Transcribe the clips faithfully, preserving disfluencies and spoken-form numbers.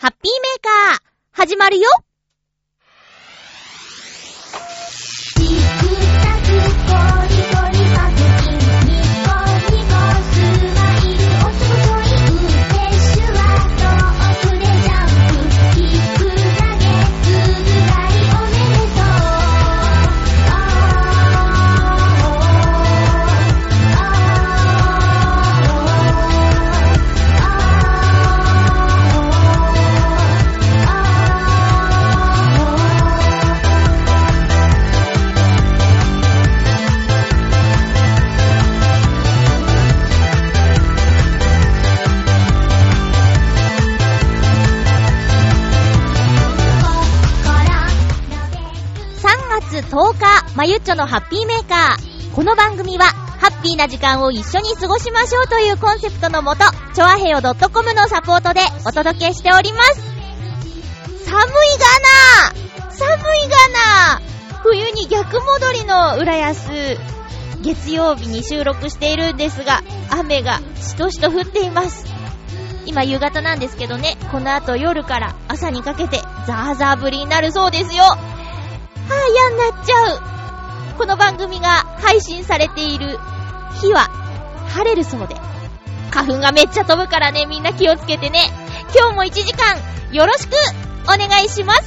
ハッピーメーカー始まるよ。とおか、まゆっちょのハッピーメーカー。この番組はハッピーな時間を一緒に過ごしましょうというコンセプトのもと、チョアヘヨ .com のサポートでお届けしております。寒いがな寒いがな冬に逆戻りの浦安、月曜日に収録しているんですが、雨がしとしと降っています。今夕方なんですけどね、この後夜から朝にかけてザーザー降りになるそうですよ。はぁ、嫌になっちゃう。この番組が配信されている日は晴れるそうで、花粉がめっちゃ飛ぶからね、みんな気をつけてね。今日もいちじかんよろしくお願いします。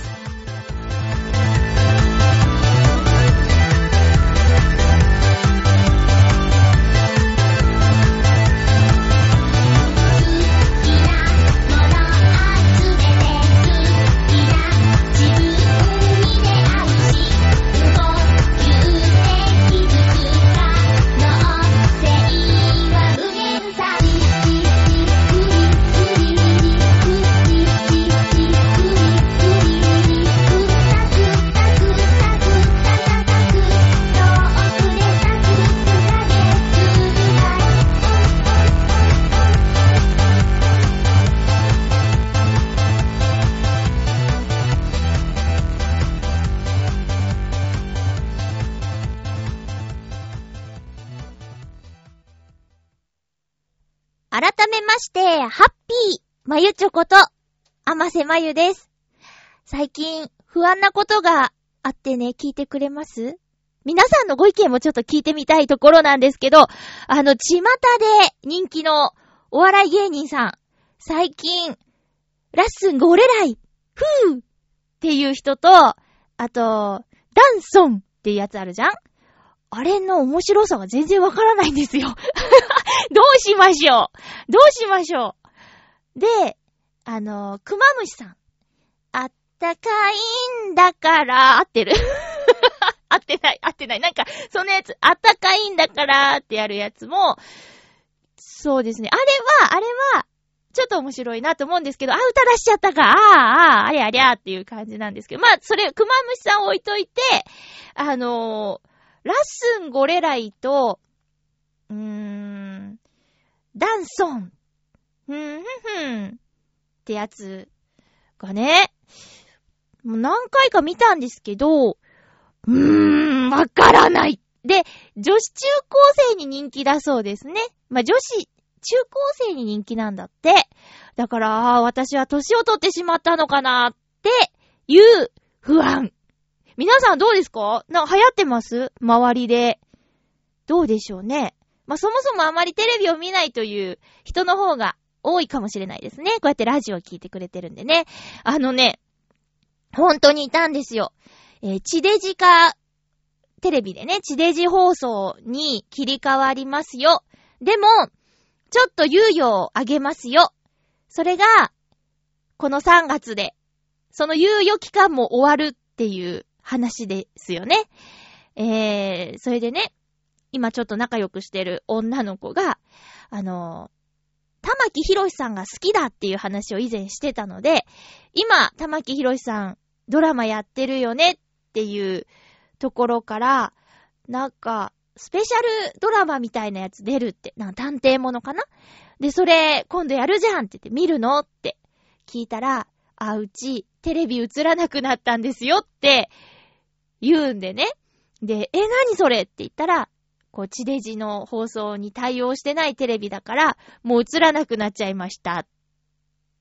改めまして、ハッピーまゆちょこと甘瀬まゆです。最近不安なことがあってね、聞いてくれます？皆さんのご意見もちょっと聞いてみたいところなんですけど、あの巷で人気のお笑い芸人さん、最近ラッスンゴレライふーっていう人と、あとダンソンっていうやつあるじゃん。あれの面白さが全然わからないんですよ。どうしましょうどうしましょうで、あの、クマムシさん。あったかいんだから、合ってる合ってない、合ってない。なんか、そのやつ、あったかいんだからってやるやつも、そうですね。あれは、あれは、ちょっと面白いなと思うんですけど、あ、歌出しちゃったか、ああ、ああ、ありゃありゃっていう感じなんですけど、まあ、それ、クマムシさん置いといて、あのー、ラッスンゴレライと、うーん、ダンソン、ふんふんふんってやつがね、もう何回か見たんですけど、うーん、わからない。で、女子中高生に人気だそうですね。まあ、女子、中高生に人気なんだって。だから、私は年を取ってしまったのかなっていう不安。皆さんどうですか？なんか流行ってます？周りで。どうでしょうね。まあ、そもそもあまりテレビを見ないという人の方が多いかもしれないですね。こうやってラジオを聞いてくれてるんでね。あのね、本当にいたんですよ。えー、地デジ化、テレビでね、地デジ放送に切り替わりますよ。でも、ちょっと猶予をあげますよ。それが、このさんがつで、その猶予期間も終わるっていう話ですよね。えー、それでね、今ちょっと仲良くしてる女の子が、あの、玉木宏さんが好きだっていう話を以前してたので、今、玉木宏さんドラマやってるよねっていうところから、なんか、スペシャルドラマみたいなやつ出るって、なんか探偵ものかな？で、それ今度やるじゃんって言って、見るのって聞いたら、あ、うちテレビ映らなくなったんですよって言うんでね。で、え、何それって言ったら、こう、地デジの放送に対応してないテレビだから、もう映らなくなっちゃいましたっ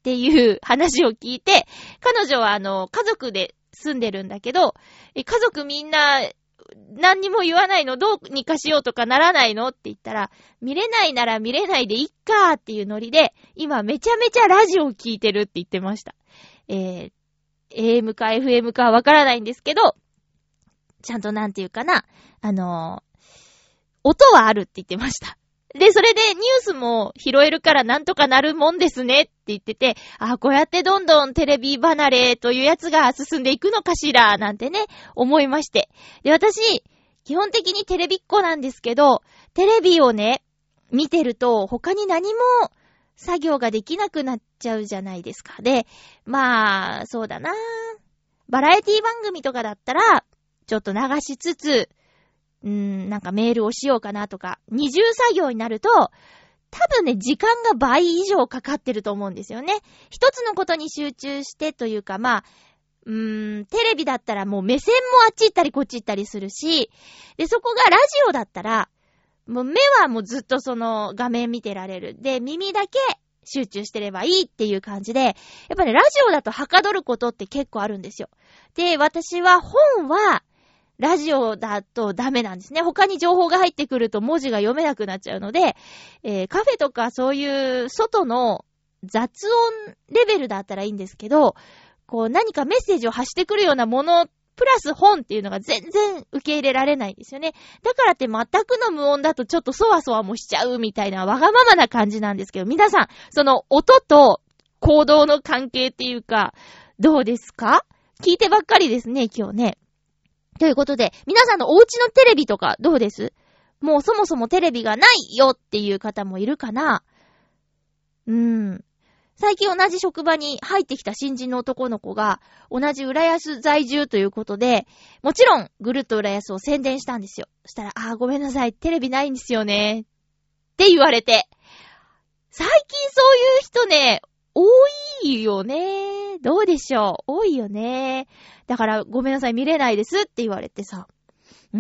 っていう話を聞いて、彼女はあの、家族で住んでるんだけど、え、家族みんな何にも言わないの、どうにかしようとかならないのって言ったら、見れないなら見れないでいっかーっていうノリで、今めちゃめちゃラジオを聞いてるって言ってました。えー、エーエム か エフエム かわからないんですけど、ちゃんとなんていうかな、あのー、音はあるって言ってました。で、それでニュースも拾えるからなんとかなるもんですねって言ってて、あ、こうやってどんどんテレビ離れというやつが進んでいくのかしら、なんてね、思いまして。で、私、基本的にテレビっ子なんですけど、テレビをね、見てると他に何も作業ができなくなっちゃうじゃないですか。で、まあ、そうだな。バラエティ番組とかだったら、ちょっと流しつつ、うーん、なんかメールをしようかなとか、二重作業になると、多分ね、時間が倍以上かかってると思うんですよね。一つのことに集中してというか、まあ、うーん、テレビだったらもう目線もあっち行ったりこっち行ったりするし、で、そこがラジオだったら、もう目はもうずっとその画面見てられる。で、耳だけ集中してればいいっていう感じで、やっぱりラジオだとはかどることって結構あるんですよ。で、私は本は、ラジオだとダメなんですね。他に情報が入ってくると文字が読めなくなっちゃうので、えー、カフェとかそういう外の雑音レベルだったらいいんですけど、こう何かメッセージを発してくるようなもの、プラス本っていうのが全然受け入れられないんですよね。だからって全くの無音だとちょっとそわそわもしちゃうみたいなわがままな感じなんですけど、皆さん、その音と行動の関係っていうか、どうですか？聞いてばっかりですね、今日ね。ということで、皆さんのお家のテレビとかどうです？もうそもそもテレビがないよっていう方もいるかな？うーん。最近同じ職場に入ってきた新人の男の子が同じ浦安在住ということで、もちろんぐるっと浦安を宣伝したんですよ。そしたら、あーごめんなさい、テレビないんですよね。って言われて。最近そういう人ね、多いよね。どうでしょう。多いよね。だからごめんなさい見れないですって言われてさ。うん。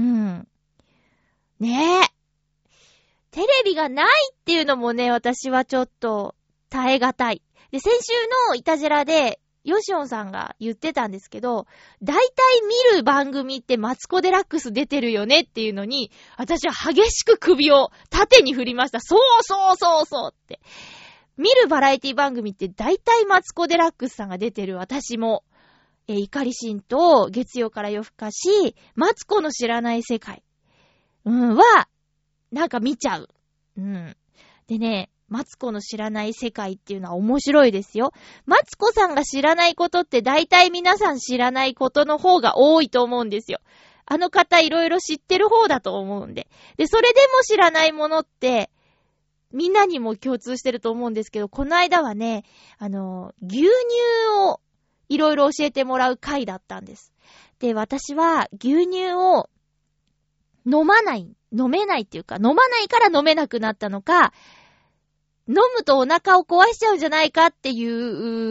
ねえ。テレビがないっていうのもね、私はちょっと耐え難い。で、先週のイタジェラでヨシオンさんが言ってたんですけど、だいたい見る番組ってマツコデラックス出てるよねっていうのに、私は激しく首を縦に振りました。そうそうそうそうって。見るバラエティ番組って大体マツコデラックスさんが出てる。私も、えー、怒り神と月曜から夜更かし、マツコの知らない世界、うん、は、なんか見ちゃう。うん。でね、マツコの知らない世界っていうのは面白いですよ。マツコさんが知らないことって大体皆さん知らないことの方が多いと思うんですよ。あの方いろいろ知ってる方だと思うんで。で、それでも知らないものって、みんなにも共通してると思うんですけど、この間はね、あの、牛乳をいろいろ教えてもらう回だったんです。で、私は牛乳を飲まない、飲めないっていうか、飲まないから飲めなくなったのか、飲むとお腹を壊しちゃうんじゃないかっていう、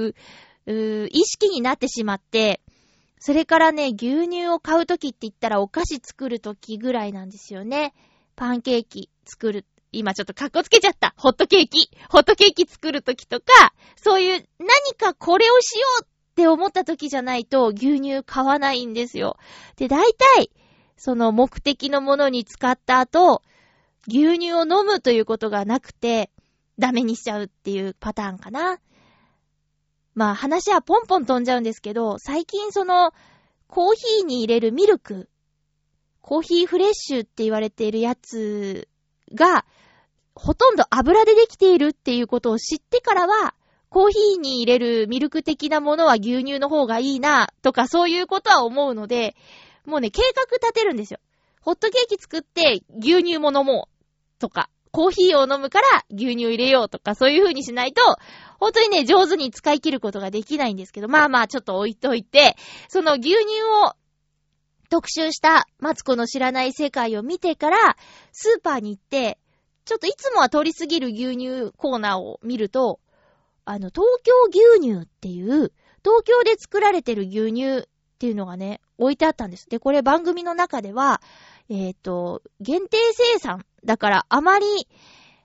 うう意識になってしまって、それからね、牛乳を買うときって言ったらお菓子作るときぐらいなんですよね。パンケーキ作る。今ちょっとカッコつけちゃった。ホットケーキ。ホットケーキ作るときとか、そういう何かこれをしようって思ったときじゃないと牛乳買わないんですよ。で、大体、その目的のものに使った後、牛乳を飲むということがなくて、ダメにしちゃうっていうパターンかな。まあ話はポンポン飛んじゃうんですけど、最近そのコーヒーに入れるミルク、コーヒーフレッシュって言われているやつがほとんど油でできているっていうことを知ってからは、コーヒーに入れるミルク的なものは牛乳の方がいいなとかそういうことは思うので、もうね計画立てるんですよ。ホットケーキ作って牛乳も飲もうとか、コーヒーを飲むから牛乳入れようとかそういう風にしないと本当にね上手に使い切ることができないんですけど、まあまあちょっと置いといて、その牛乳を特集したマツコの知らない世界を見てからスーパーに行って、ちょっといつもは通り過ぎる牛乳コーナーを見ると、あの東京牛乳っていう東京で作られてる牛乳っていうのがね置いてあったんです。でこれ番組の中ではえっと限定生産だからあまり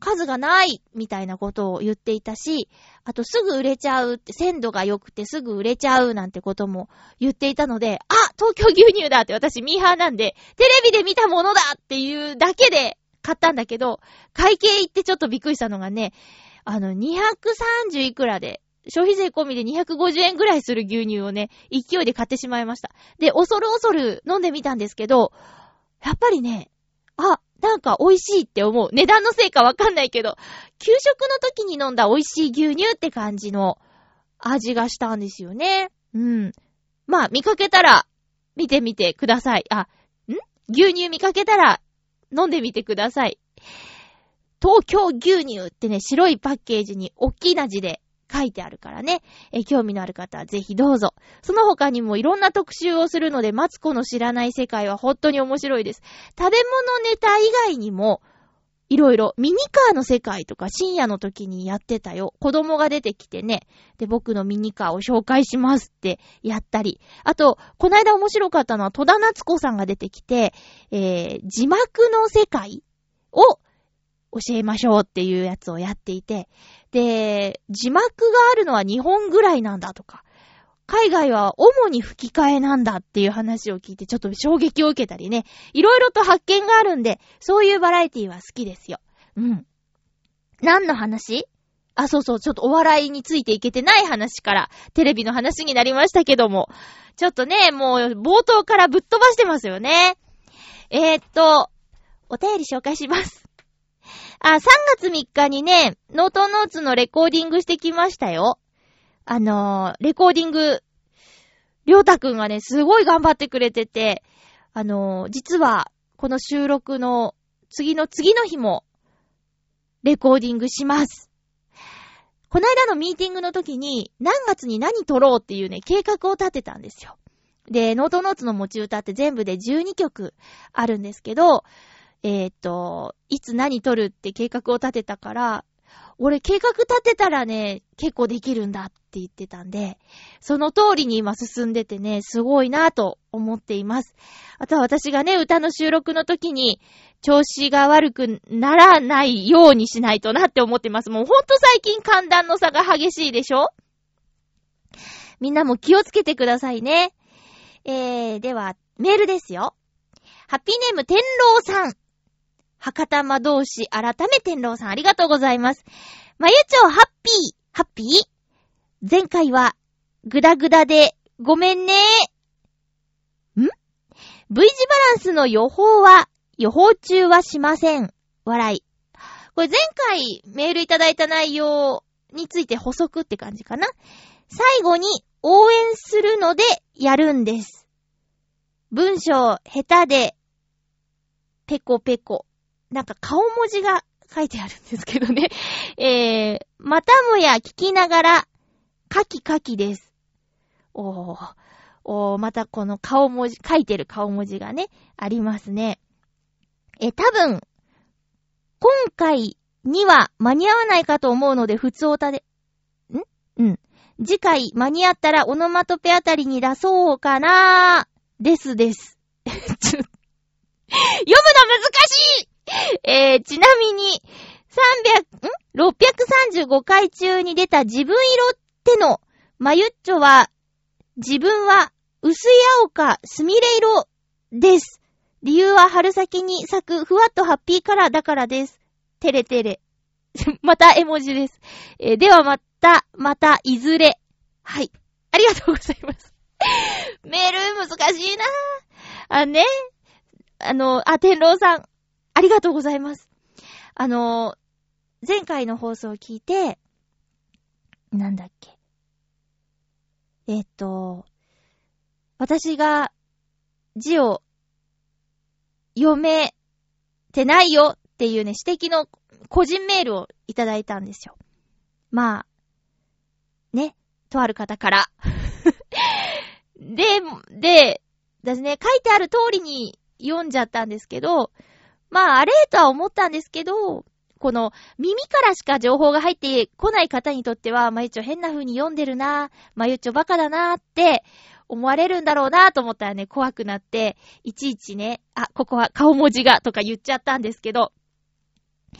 数がないみたいなことを言っていたし、あとすぐ売れちゃうって、鮮度が良くてすぐ売れちゃうなんてことも言っていたので、あ、東京牛乳だって私ミーハーなんで、テレビで見たものだっていうだけで買ったんだけど、会計行ってちょっとびっくりしたのがね、あのにひゃくさんじゅういくらで、消費税込みでにひゃくごじゅうえんぐらいする牛乳をね、勢いで買ってしまいました。で、恐る恐る飲んでみたんですけど、やっぱりね、あ、なんか美味しいって思う。値段のせいかわかんないけど、給食の時に飲んだ美味しい牛乳って感じの味がしたんですよね。うん。まあ、見かけたら見てみてください。あ、ん？牛乳見かけたら飲んでみてください。東京牛乳ってね、白いパッケージに大きな字で書いてあるからね。え、興味のある方はぜひどうぞ。その他にもいろんな特集をするので、マツコの知らない世界は本当に面白いです。食べ物ネタ以外にも、いろいろミニカーの世界とか深夜の時にやってたよ。子供が出てきてね。で、僕のミニカーを紹介しますってやったり。あと、この間面白かったのは戸田夏子さんが出てきて、えー、字幕の世界を教えましょうっていうやつをやっていて、で、字幕があるのは日本ぐらいなんだとか、海外は主に吹き替えなんだっていう話を聞いてちょっと衝撃を受けたりね、いろいろと発見があるんで、そういうバラエティは好きですよ。うん。何の話？あ、そうそう、ちょっとお笑いについていけてない話からテレビの話になりましたけども、ちょっとね、もう冒頭からぶっ飛ばしてますよね。えー、っと、お便り紹介します。あ、さんがつみっかにね、ノートノーツのレコーディングしてきましたよ。あのー、レコーディング、りょうたくんがね、すごい頑張ってくれてて、あのー、実は、この収録の次の次の日も、レコーディングします。この間のミーティングの時に、何月に何撮ろうっていうね、計画を立てたんですよ。で、ノートノーツの持ち歌って全部でじゅうにきょくあるんですけど、えっと、いつ何撮るって計画を立てたから、俺計画立てたらね、結構できるんだって言ってたんで、その通りに今進んでてね、すごいなぁと思っています。あとは私がね、歌の収録の時に、調子が悪くならないようにしないとなって思ってます。もうほんと最近寒暖の差が激しいでしょ？みんなも気をつけてくださいね。えー、では、メールですよ。ハッピーネーム天狼さん。博多魔導士改め天狼さんありがとうございます。まゆちょハッピー、ハッピー？前回はグダグダでごめんね。ん？ V 字バランスの予報は予報中はしません。笑い。これ前回メールいただいた内容について補足って感じかな。最後に応援するのでやるんです。文章下手でペコペコ。なんか顔文字が書いてあるんですけどね。えー、またもや聞きながら、カキカキです。おー、おー、またこの顔文字、書いてる顔文字がね、ありますね。え、多分、今回には間に合わないかと思うので、普通おたで、ん？うん。次回間に合ったらオノマトペあたりに出そうかなー。ですです。読むの難しい！えー、ちなみに、さんびゃく、ん ?ろっぴゃくさんじゅうご 回中に出た自分色っての、まゆっちょは、自分は薄い青かすみれ色です。理由は春先に咲くふわっとハッピーカラーだからです。てれてれ。また絵文字です。えー、ではまた、またいずれ。はい。ありがとうございます。メール難しいなぁ。あ、ね。あの、あ、天狼さん。ありがとうございます。あの、前回の放送を聞いて、なんだっけ。えっと、私が字を読めてないよっていうね、指摘の個人メールをいただいたんですよ。まあ、ね、とある方から。で、で、私ね、書いてある通りに読んじゃったんですけど、まあ、あれとは思ったんですけど、この耳からしか情報が入ってこない方にとっては、まゆちょ変な風に読んでるな、まゆちょバカだなって思われるんだろうなと思ったらね、怖くなって、いちいちね、あ、ここは顔文字がとか言っちゃったんですけど、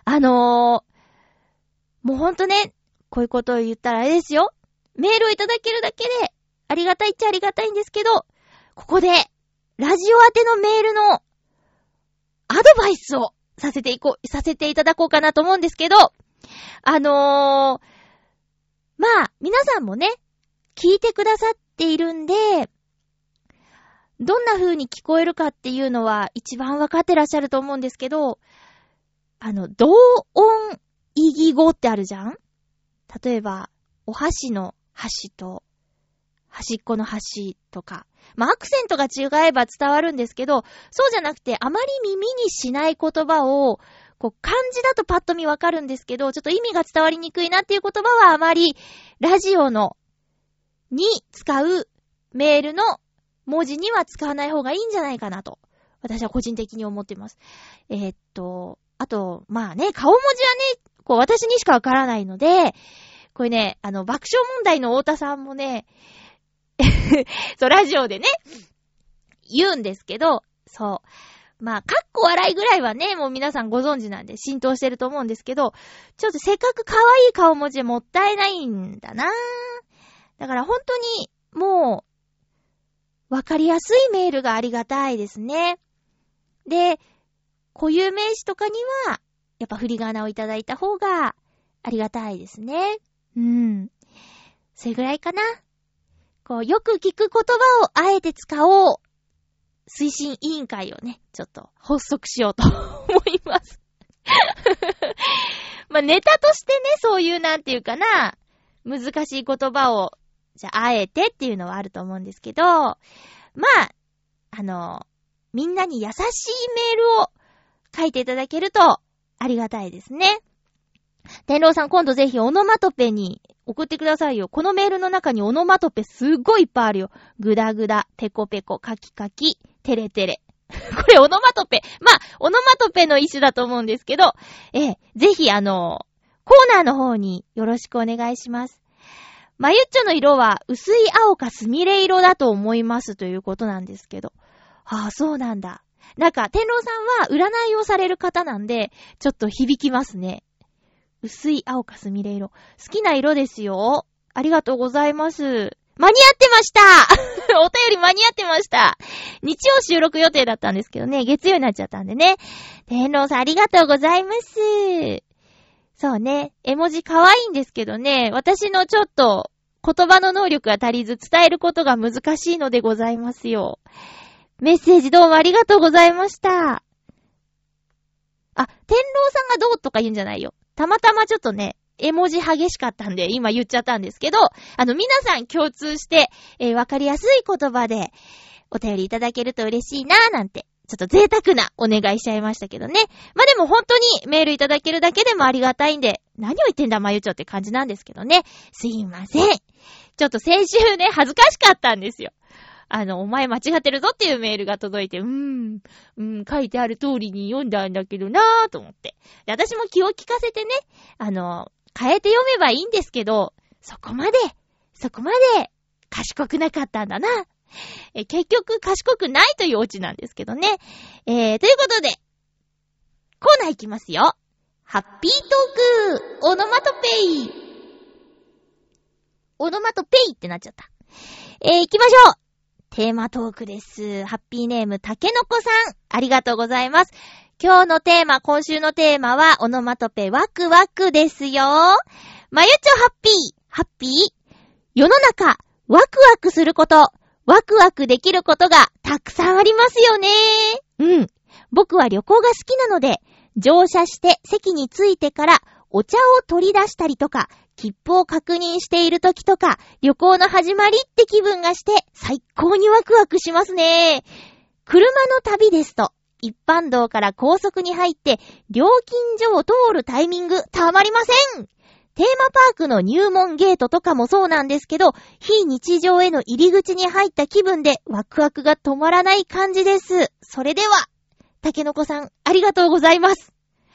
あのー、もうほんとね、こういうことを言ったらあれですよ。メールをいただけるだけで、ありがたいっちゃありがたいんですけど、ここで、ラジオ宛てのメールの、アドバイスをさせていこう、させていただこうかなと思うんですけど、あのー、まあ、皆さんもね、聞いてくださっているんで、どんな風に聞こえるかっていうのは一番わかってらっしゃると思うんですけど、あの、同音異義語ってあるじゃん？例えば、お箸の箸と端っこの端とか。まあ、アクセントが違えば伝わるんですけど、そうじゃなくて、あまり耳にしない言葉を、こう、漢字だとパッと見わかるんですけど、ちょっと意味が伝わりにくいなっていう言葉はあまり、ラジオの、に使うメールの文字には使わない方がいいんじゃないかなと、私は個人的に思ってます。えー、っと、あと、まあね、顔文字はね、こう、私にしかわからないので、これね、あの、爆笑問題の太田さんもね、そう、ラジオでね、言うんですけど、そう。まあ、かっこ笑いぐらいはね、もう皆さんご存知なんで浸透してると思うんですけど、ちょっとせっかく可愛い顔文字でもったいないんだな。だから本当に、もう、わかりやすいメールがありがたいですね。で、固有名詞とかには、やっぱ振り仮名をいただいた方がありがたいですね。うん。それぐらいかな。こう、よく聞く言葉をあえて使おう。推進委員会をね、ちょっと発足しようと思います。まあ、ネタとしてね、そういうなんていうかな、難しい言葉を、じゃあ、あえてっていうのはあると思うんですけど、まあ、あの、みんなに優しいメールを書いていただけるとありがたいですね。天狼さん、今度ぜひオノマトペに送ってくださいよ。このメールの中にオノマトペすっごいいっぱいあるよ。グダグダ、ペコペコ、カキカキ、テレテレ。これオノマトペ。まあ、オノマトペの一種だと思うんですけど、えー、ぜひあの、コーナーの方によろしくお願いします。まゆっちょの色は薄い青かスミレ色だと思いますということなんですけど。ああ、そうなんだ。なんか、天狼さんは占いをされる方なんで、ちょっと響きますね。薄い青かスミレ色。好きな色ですよ。ありがとうございます。間に合ってましたお便り間に合ってました。日曜収録予定だったんですけどね、月曜になっちゃったんでね。天狼さんありがとうございます。そうね、絵文字可愛いんですけどね、私のちょっと言葉の能力が足りず伝えることが難しいのでございますよ。メッセージどうもありがとうございました。あ、天狼さんがどうとか言うんじゃないよ。たまたまちょっとね、絵文字激しかったんで、今言っちゃったんですけど、あの、皆さん共通して、えー、わかりやすい言葉で、お便りいただけると嬉しいなーなんて、ちょっと贅沢なお願いしちゃいましたけどね。まあ、でも本当にメールいただけるだけでもありがたいんで、何を言ってんだまゆちょって感じなんですけどね。すいません。ちょっと先週ね、恥ずかしかったんですよ。あの、お前間違ってるぞっていうメールが届いて、うーん、うーん、書いてある通りに読んだんだけどなーと思って。で、私も気を利かせてね、あの、変えて読めばいいんですけど、そこまで、そこまで賢くなかったんだな。え、結局賢くないというオチなんですけどね。えー、ということで、コーナーいきますよ。ハッピートーク、オノマトペイ。オノマトペイってなっちゃった。えー、行きましょう。テーマトークです。ハッピーネームたけのこさん、ありがとうございます。今日のテーマ、今週のテーマはオノマトペワクワクですよ。まゆちょハッピー、ハッピー。世の中、ワクワクすること、ワクワクできることがたくさんありますよね。うん。僕は旅行が好きなので、乗車して席に着いてからお茶を取り出したりとか、切符を確認している時とか、旅行の始まりって気分がして最高にワクワクしますね。車の旅ですと、一般道から高速に入って料金所を通るタイミングたまりません。テーマパークの入門ゲートとかもそうなんですけど、非日常への入り口に入った気分でワクワクが止まらない感じです。それでは、たけのこさんありがとうございます。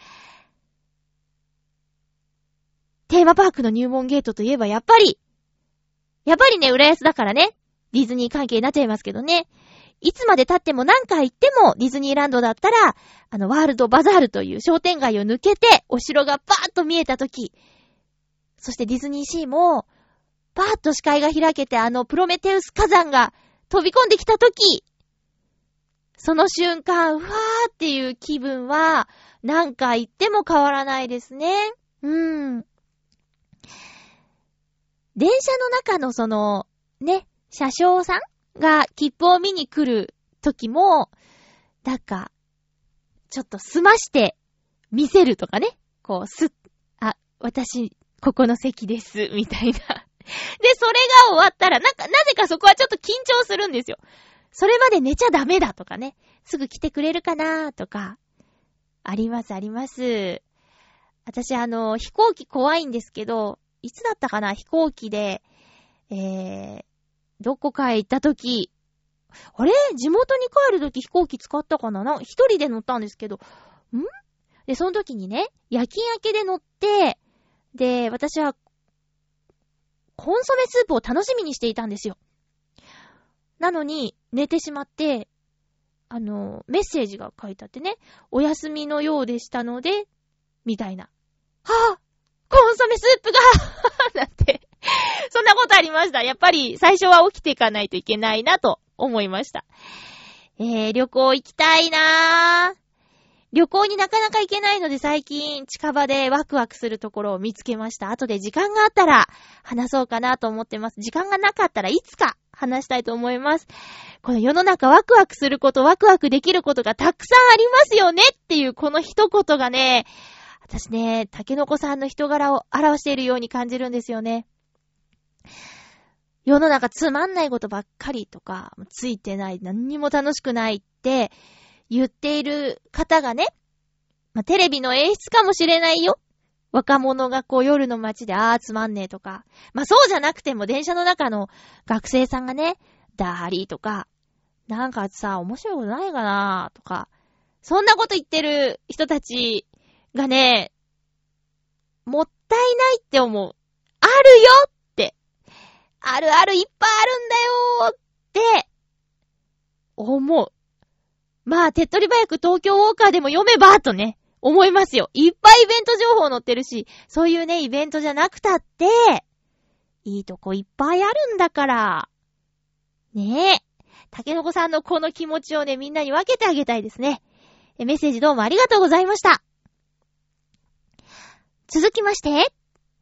テーマパークの入門ゲートといえばやっぱり、やっぱりね、浦安だからね、ディズニー関係になっちゃいますけどね。 いつまで経っても何回行ってもディズニーランドだったら、あの、ワールドバザールという商店街を抜けて、お城がバーッと見えたとき、そしてディズニーシーも、バーッと視界が開けて、あの、プロメテウス火山が飛び込んできたとき、その瞬間、ふわーっていう気分は、何回行っても変わらないですね。うん。電車の中のその、ね、車掌さんが切符を見に来る時も、なんか、ちょっと済まして見せるとかね。こう、すっ、あ、私、ここの席です、みたいな。で、それが終わったら、なんか、なぜかそこはちょっと緊張するんですよ。それまで寝ちゃダメだとかね。すぐ来てくれるかなとか。あります、あります。私、あの、飛行機怖いんですけど、いつだったかな、飛行機で、えー、どこかへ行ったとき、あれ地元に帰るとき飛行機使ったかなな一人で乗ったんですけど、んで、その時にね、夜勤明けで乗って、で、私は、コンソメスープを楽しみにしていたんですよ。なのに、寝てしまって、あの、メッセージが書いてあってね、お休みのようでしたので、みたいな。はぁ、あ、コンソメスープがなんて、そんなことありました。やっぱり最初は起きていかないといけないなと思いました。えー、旅行行きたいなぁ。旅行になかなか行けないので最近近場でワクワクするところを見つけました。後で時間があったら話そうかなと思ってます。時間がなかったらいつか話したいと思います。この世の中ワクワクすること、ワクワクできることがたくさんありますよねっていうこの一言がね、私ね、タケノコさんの人柄を表しているように感じるんですよね。世の中つまんないことばっかりとか、ついてない、何にも楽しくないって言っている方がね、まあ、テレビの演出かもしれないよ。若者がこう夜の街であーつまんねえとか。まあそうじゃなくても電車の中の学生さんがね、ダーリーとか、なんかさ、面白いことないかなとか、そんなこと言ってる人たちがね、もったいないって思う。あるよって。あるあるいっぱいあるんだよって思う。まあ、手っ取り早く東京ウォーカーでも読めばとね、思いますよ。いっぱいイベント情報載ってるし、そういうね、イベントじゃなくたって、いいとこいっぱいあるんだから。ねえ。タケノコさんのこの気持ちをね、みんなに分けてあげたいですね。メッセージどうもありがとうございました。続きまして、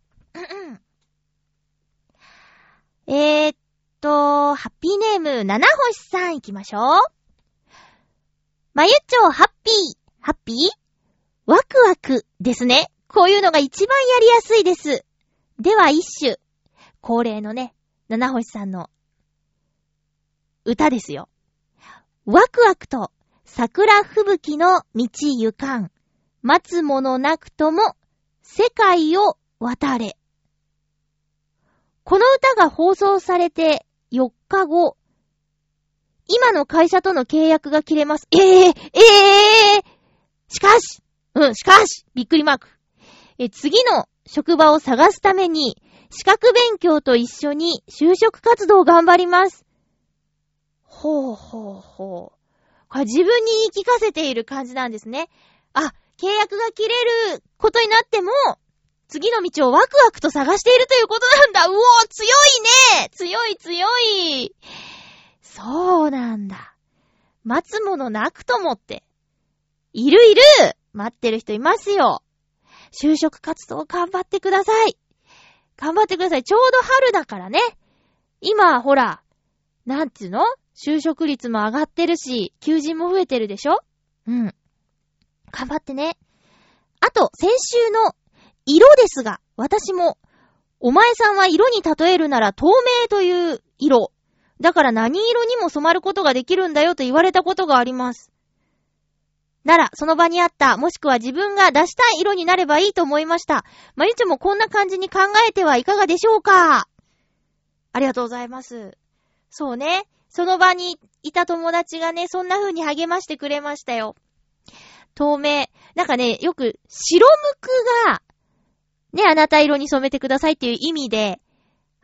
えーっと、ハッピーネーム、七星さん行きましょう。まゆっちょハッピー、ハッピーワクワクですね。こういうのが一番やりやすいです。では一首、恒例のね、七星さんの歌ですよ。ワクワクと桜吹雪の道行かん。待つものなくとも世界を渡れ。この歌が放送されてよっかご、今の会社との契約が切れます。えー、えー、しかし、うん、しかし、びっくりマーク。え、次の職場を探すために、資格勉強と一緒に就職活動を頑張ります。ほうほうほう。これ自分に言い聞かせている感じなんですね。あ、契約が切れることになっても、次の道をワクワクと探しているということなんだ。うおー、強いね。強い強い。そうなんだ。待つものなくともって。いるいる。待ってる人いますよ。就職活動頑張ってください。頑張ってください。ちょうど春だからね。今、ほら、なんていうの？就職率も上がってるし、求人も増えてるでしょ？うん。頑張ってね。あと、先週の色ですが、私も、お前さんは色に例えるなら透明という色。だから何色にも染まることができるんだよと言われたことがあります。なら、その場にあった、もしくは自分が出したい色になればいいと思いました。まゆちょもこんな感じに考えてはいかがでしょうか？ありがとうございます。そうね。その場にいた友達がね、そんな風に励ましてくれましたよ。透明。なんかね、よく白むくが、ね、あなた色に染めてくださいっていう意味で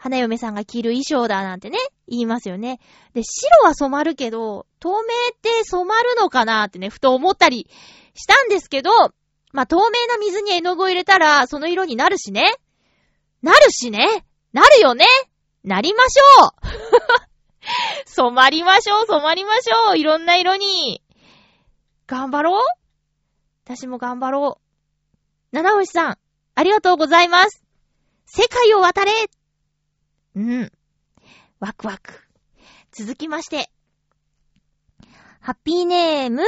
花嫁さんが着る衣装だなんてね、言いますよね。で、白は染まるけど、透明って染まるのかなってね、ふと思ったりしたんですけど、まあ、透明な水に絵の具を入れたら、その色になるしね。なるしね。なるよね。なりましょう。染まりましょう、染まりましょう。いろんな色に。頑張ろう。私も頑張ろう。七星さん、ありがとうございます。世界を渡れ。うん。ワクワク。続きまして。ハッピーネーム。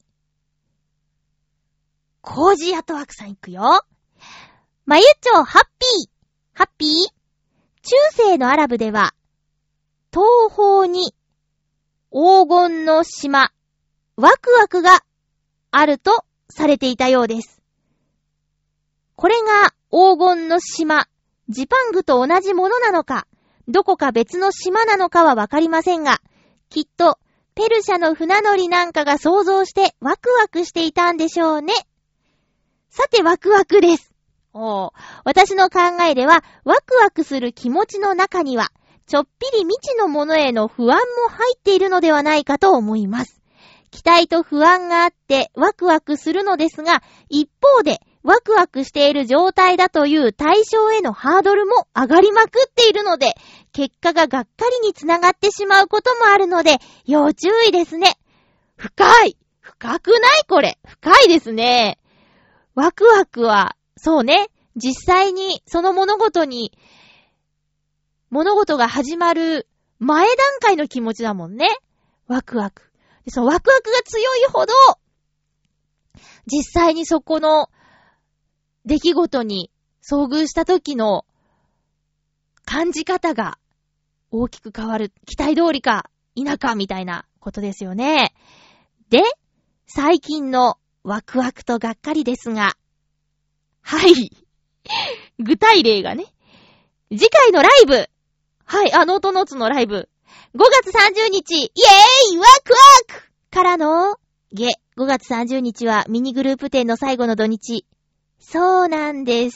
コージーアトワークさんいくよ。まゆちょハッピー。ハッピー。中世のアラブでは、東方に黄金の島、ワクワクがあるとされていたようです。これが黄金の島、ジパングと同じものなのか、どこか別の島なのかはわかりませんが、きっとペルシャの船乗りなんかが想像してワクワクしていたんでしょうね。さてワクワクです。おー、私の考えではワクワクする気持ちの中にはちょっぴり未知のものへの不安も入っているのではないかと思います。期待と不安があってワクワクするのですが、一方でワクワクしている状態だという対象へのハードルも上がりまくっているので、結果ががっかりにつながってしまうこともあるので、要注意ですね。深い深くないこれ深いですね。ワクワクは、そうね、実際にその物事に、物事が始まる前段階の気持ちだもんね。ワクワク。で、そのワクワクが強いほど、実際にそこの出来事に遭遇した時の感じ方が大きく変わる。期待通りか否かみたいなことですよね。で、最近のワクワクとがっかりですが、はい。具体例がね。次回のライブ。はい、あのトノーツのライブ。ごがつさんじゅうにち、イエーイワクワクからの、ゲ、ごがつさんじゅうにちはミニグループ展の最後の土日。そうなんです。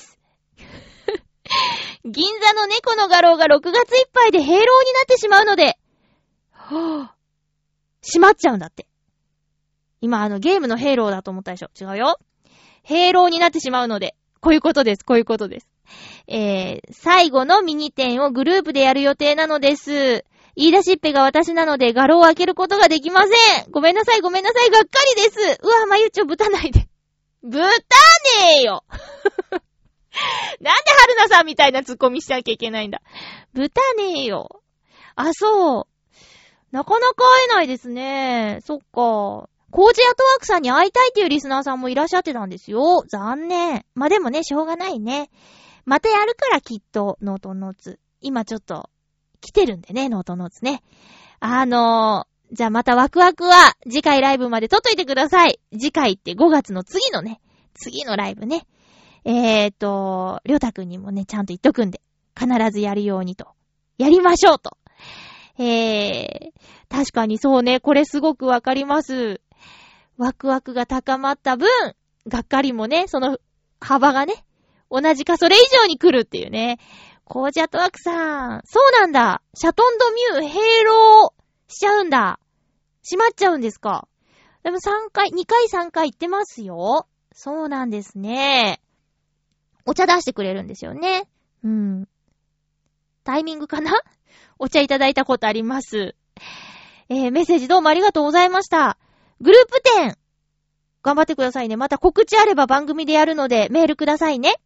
銀座の猫の画廊がろくがついっぱいで閉廊になってしまうので、はぁ、閉まっちゃうんだって。今あのゲームの閉廊だと思ったでしょ。違うよ。閉廊になってしまうので、こういうことです、こういうことです。えー、最後のミニ展をグループでやる予定なのです。言い出しっぺが私なので画廊を開けることができません。ごめんなさい、ごめんなさい、がっかりです。うわ、まゆちょぶたないで。ぶたねえよなんで春菜さんみたいなツッコミしなきゃいけないんだ。ぶたねえよ。あ、そう。なかなか会えないですね。そっか。コージアトワークさんに会いたいっていうリスナーさんもいらっしゃってたんですよ。残念。まあ、でもね、しょうがないね。またやるからきっと、ノートノーツ。今ちょっと、来てるんでね、ノートノーツね。あのー、じゃあまたワクワクは次回ライブまで撮っといてください。次回ってごがつの次のね、次のライブね。えーと、りょうたくんにもね、ちゃんと言っとくんで、必ずやるようにと。やりましょうと。えー、確かにそうね、これすごくわかります。ワクワクが高まった分、がっかりもね、その幅がね、同じかそれ以上に来るっていうね。コージアトワークさん、そうなんだ。シャトンドミュー閉廊しちゃうんだ。閉まっちゃうんですか。でもさんかい、にかいさんかい行ってますよ。そうなんですね。お茶出してくれるんですよね。うん。タイミングかな？お茶いただいたことあります。えー、メッセージどうもありがとうございました。グループ展、頑張ってくださいね。また告知あれば番組でやるのでメールくださいね。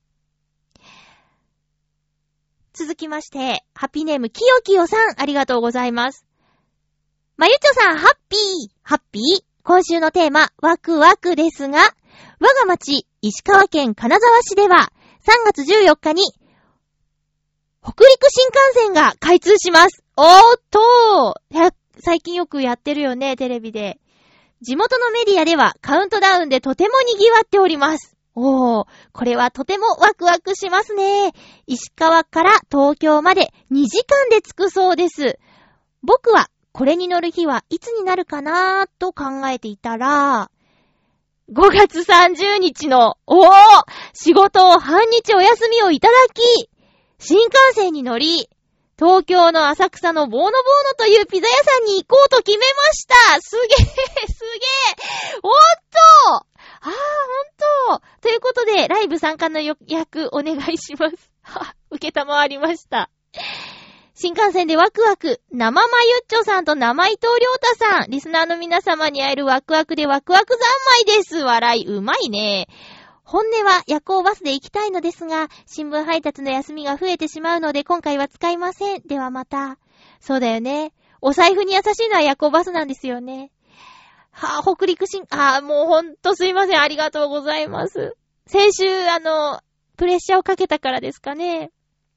続きまして、ハッピーネームきよきよさん、ありがとうございます。まゆちょさん、ハッピー、ハッピー。今週のテーマ、ワクワクですが、我が町、石川県金沢市では、さんがつじゅうよっかに、北陸新幹線が開通します。おーっと、最近よくやってるよね、テレビで。地元のメディアではカウントダウンでとても賑わっております。おー、これはとてもワクワクしますね。石川から東京までにじかんで着くそうです。僕はこれに乗る日はいつになるかなーと考えていたら、ごがつさんじゅうにちの、おー、仕事を半日お休みをいただき、新幹線に乗り、 東京の浅草のボーノボーノというピザ屋さんに行こうと決めました。すげえ、すげえ。おっとああ、ほんと。ということで、ライブ参加の予約お願いします。は、受けたまわりました。新幹線でワクワク、生まゆっちょさんと生伊藤亮太さん、リスナーの皆様に会えるワクワクでワクワク三昧です。笑い、うまいね。本音は夜行バスで行きたいのですが、新聞配達の休みが増えてしまうので今回は使いません。ではまた。そうだよね。お財布に優しいのは夜行バスなんですよね。はぁ、北陸新、あー、もうほんとすいません。ありがとうございます。先週、あの、プレッシャーをかけたからですかね。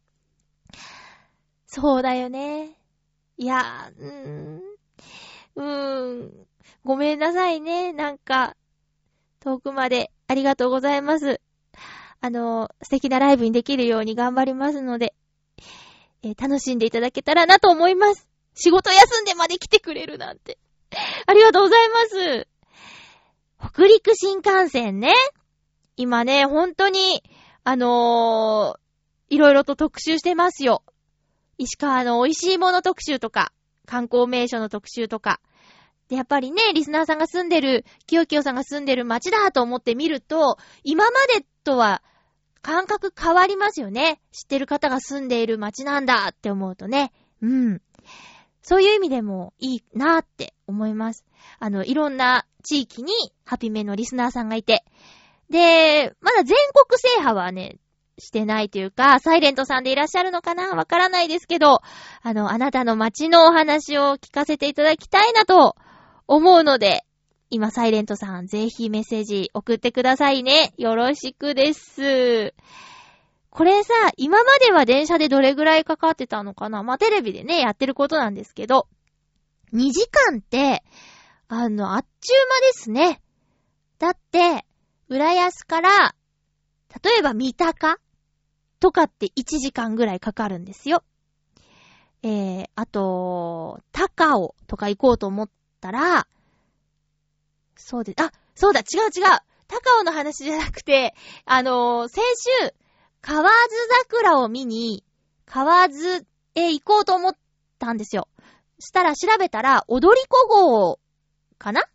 そうだよね。いやー、うーん、うーん、ごめんなさいね。なんか、遠くまでありがとうございます。あの、素敵なライブにできるように頑張りますので、えー、楽しんでいただけたらなと思います。仕事休んでまで来てくれるなんて。ありがとうございます。北陸新幹線ね。今ね、本当に、あのー、いろいろと特集してますよ。石川の美味しいもの特集とか、観光名所の特集とか。で、やっぱりね、リスナーさんが住んでる、きよきよさんが住んでる街だと思って見ると、今までとは感覚変わりますよね。知ってる方が住んでいる街なんだって思うとね。うん。そういう意味でもいいなって思います。あの、いろんな地域にハピメのリスナーさんがいて。で、まだ全国制覇はね、してないというか、サイレントさんでいらっしゃるのかなわからないですけど、あの、あなたの街のお話を聞かせていただきたいなと思うので、今サイレントさんぜひメッセージ送ってくださいね。よろしくです。これさ、今までは電車でどれぐらいかかってたのかな？まあ、テレビでね、やってることなんですけど、にじかんって、あの、あっちゅう間ですね。だって、浦安から、例えば三鷹とかっていちじかんぐらいかかるんですよ。えー、あと、高尾とか行こうと思ったら、そうで、あ、そうだ、違う違う。高尾の話じゃなくて、あのー、先週、河津桜を見に、河津へ行こうと思ったんですよ。したら調べたら、踊り子号かな？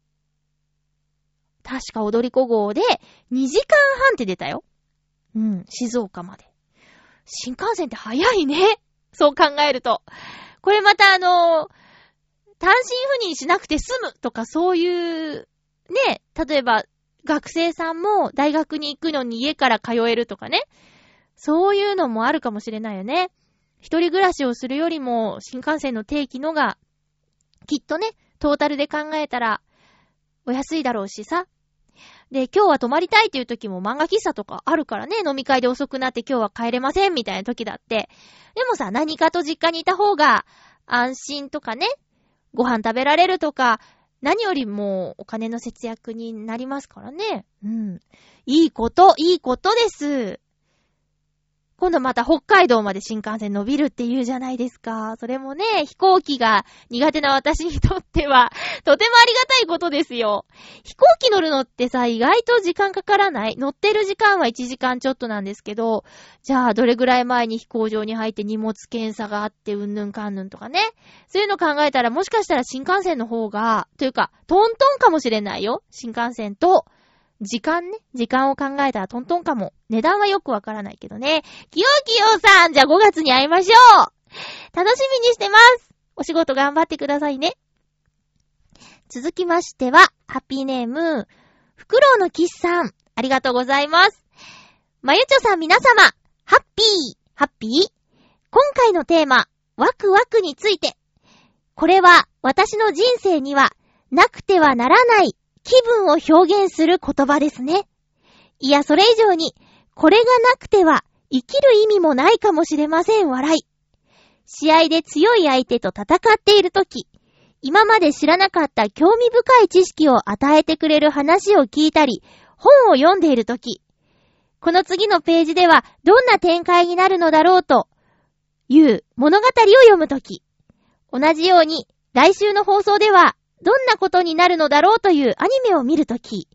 確か踊り子号でにじかんはんって出たよ。うん、静岡まで。新幹線って早いね。そう考えると。これまたあのー、単身赴任しなくて済むとかそういう、ね、例えば学生さんも大学に行くのに家から通えるとかね。そういうのもあるかもしれないよね。一人暮らしをするよりも新幹線の定期のが、きっとね、トータルで考えたらお安いだろうしさ。で、今日は泊まりたいっていう時も漫画喫茶とかあるからね、飲み会で遅くなって今日は帰れませんみたいな時だって。でもさ、何かと実家にいた方が安心とかね、ご飯食べられるとか、何よりもお金の節約になりますからね。うん。いいこと、いいことです。今度また北海道まで新幹線伸びるって言うじゃないですか。それもね、飛行機が苦手な私にとっては、とてもありがたいことですよ。飛行機乗るのってさ、意外と時間かからない？乗ってる時間はいちじかんちょっとなんですけど、じゃあどれぐらい前に飛行場に入って荷物検査があって、うんぬんかんぬんとかね。そういうの考えたらもしかしたら新幹線の方が、というか、トントンかもしれないよ。新幹線と、時間ね。時間を考えたらトントンかも。値段はよくわからないけどね。きよきよさん、じゃあごがつに会いましょう。楽しみにしてます。お仕事頑張ってくださいね。続きましては、ハッピーネーム、フクロウのキスさん。ありがとうございます。まゆちょさん皆様、ハッピー、ハッピー。今回のテーマ、ワクワクについて。これは私の人生にはなくてはならない気分を表現する言葉ですね。いや、それ以上に、これがなくては生きる意味もないかもしれません。笑い。試合で強い相手と戦っているとき、今まで知らなかった興味深い知識を与えてくれる話を聞いたり、本を読んでいるとき、この次のページではどんな展開になるのだろうという物語を読むとき、同じように来週の放送ではどんなことになるのだろうというアニメを見るとき、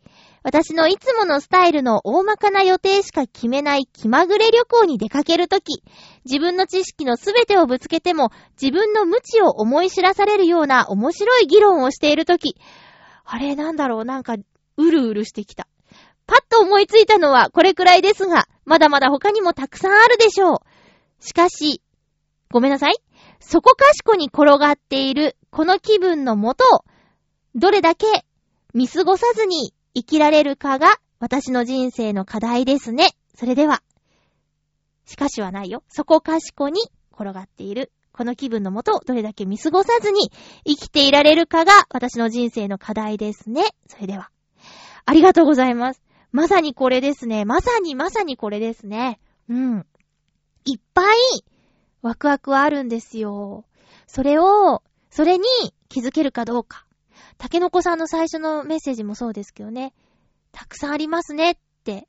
私のいつものスタイルの大まかな予定しか決めない気まぐれ旅行に出かけるとき、自分の知識のすべてをぶつけても自分の無知を思い知らされるような面白い議論をしているとき、あれなんだろう、なんかうるうるしてきた。パッと思いついたのはこれくらいですが、まだまだ他にもたくさんあるでしょう。しかし、ごめんなさい。そこかしこに転がっているこの気分のもとを、どれだけ見過ごさずに生きられるかが私の人生の課題ですね。それでは、しかしはないよ。そこかしこに転がっているこの気分のもとをどれだけ見過ごさずに生きていられるかが私の人生の課題ですね。それでは、ありがとうございます。まさにこれですね。まさにまさにこれですね。うん。いっぱいワクワクはあるんですよ。それを、それに気づけるかどうか。たけのこさんの最初のメッセージもそうですけどね。たくさんありますねって。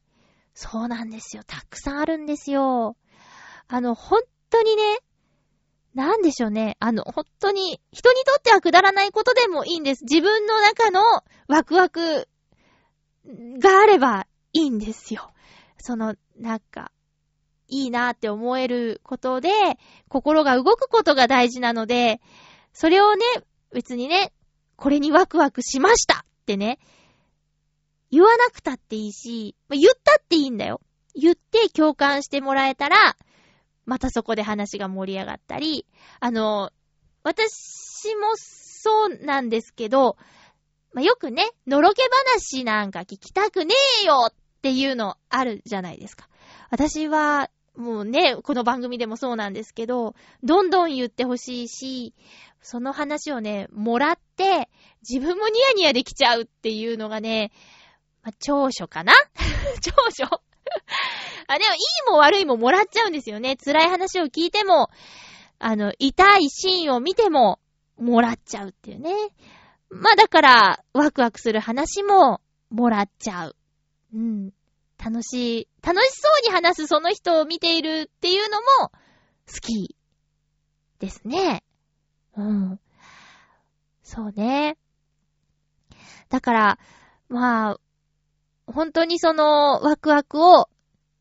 そうなんですよ。たくさんあるんですよ。あの、本当にね、なんでしょうね。あの、本当に、人にとってはくだらないことでもいいんです。自分の中のワクワクがあればいいんですよ。その、なんか、いいなって思えることで、心が動くことが大事なので、それをね、別にね、これにワクワクしましたってね、言わなくたっていいし、言ったっていいんだよ。言って共感してもらえたら、またそこで話が盛り上がったり、あの、私もそうなんですけど、まあ、よくね、のろけ話なんか聞きたくねえよっていうのあるじゃないですか。私は、もうね、この番組でもそうなんですけど、どんどん言ってほしいし、その話をね、もらって、自分もニヤニヤできちゃうっていうのがね、まあ、長所かな長所あ、でもいいも悪いももらっちゃうんですよね。辛い話を聞いても、あの、痛いシーンを見ても、もらっちゃうっていうね。まあだから、ワクワクする話も、もらっちゃう。うん。楽しい、楽しそうに話すその人を見ているっていうのも、好きですね。うん。そうね。だから、まあ、本当にその、ワクワクを、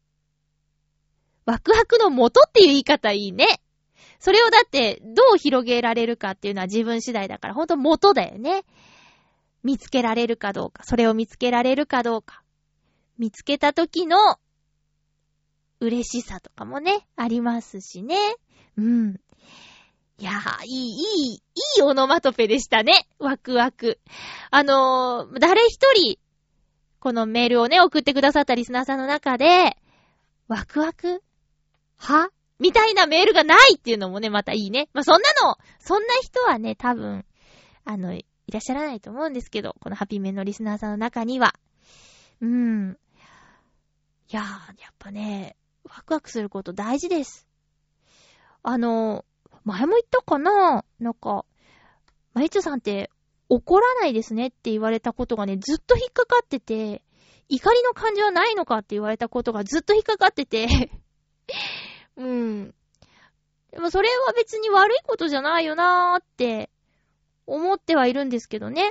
ワクワクの元っていう言い方いいね。それをだって、どう広げられるかっていうのは自分次第だから、本当元だよね。見つけられるかどうか、それを見つけられるかどうか。見つけた時の嬉しさとかもね、ありますしね。うん。いやー、いい、いい、いいオノマトペでしたね。ワクワク。あのー、誰一人、このメールをね、送ってくださったリスナーさんの中で、ワクワクはみたいなメールがないっていうのもね、またいいね。まあ、そんなの、そんな人はね、多分、あの、いらっしゃらないと思うんですけど、このハピメンのリスナーさんの中には。うん。いやー、やっぱね、ワクワクすること大事です。あの、前も言ったかな？なんか、まゆちょさんって怒らないですねって言われたことがね、ずっと引っかかってて、怒りの感情はないのかって言われたことがずっと引っかかってて、うん。でもそれは別に悪いことじゃないよなーって思ってはいるんですけどね。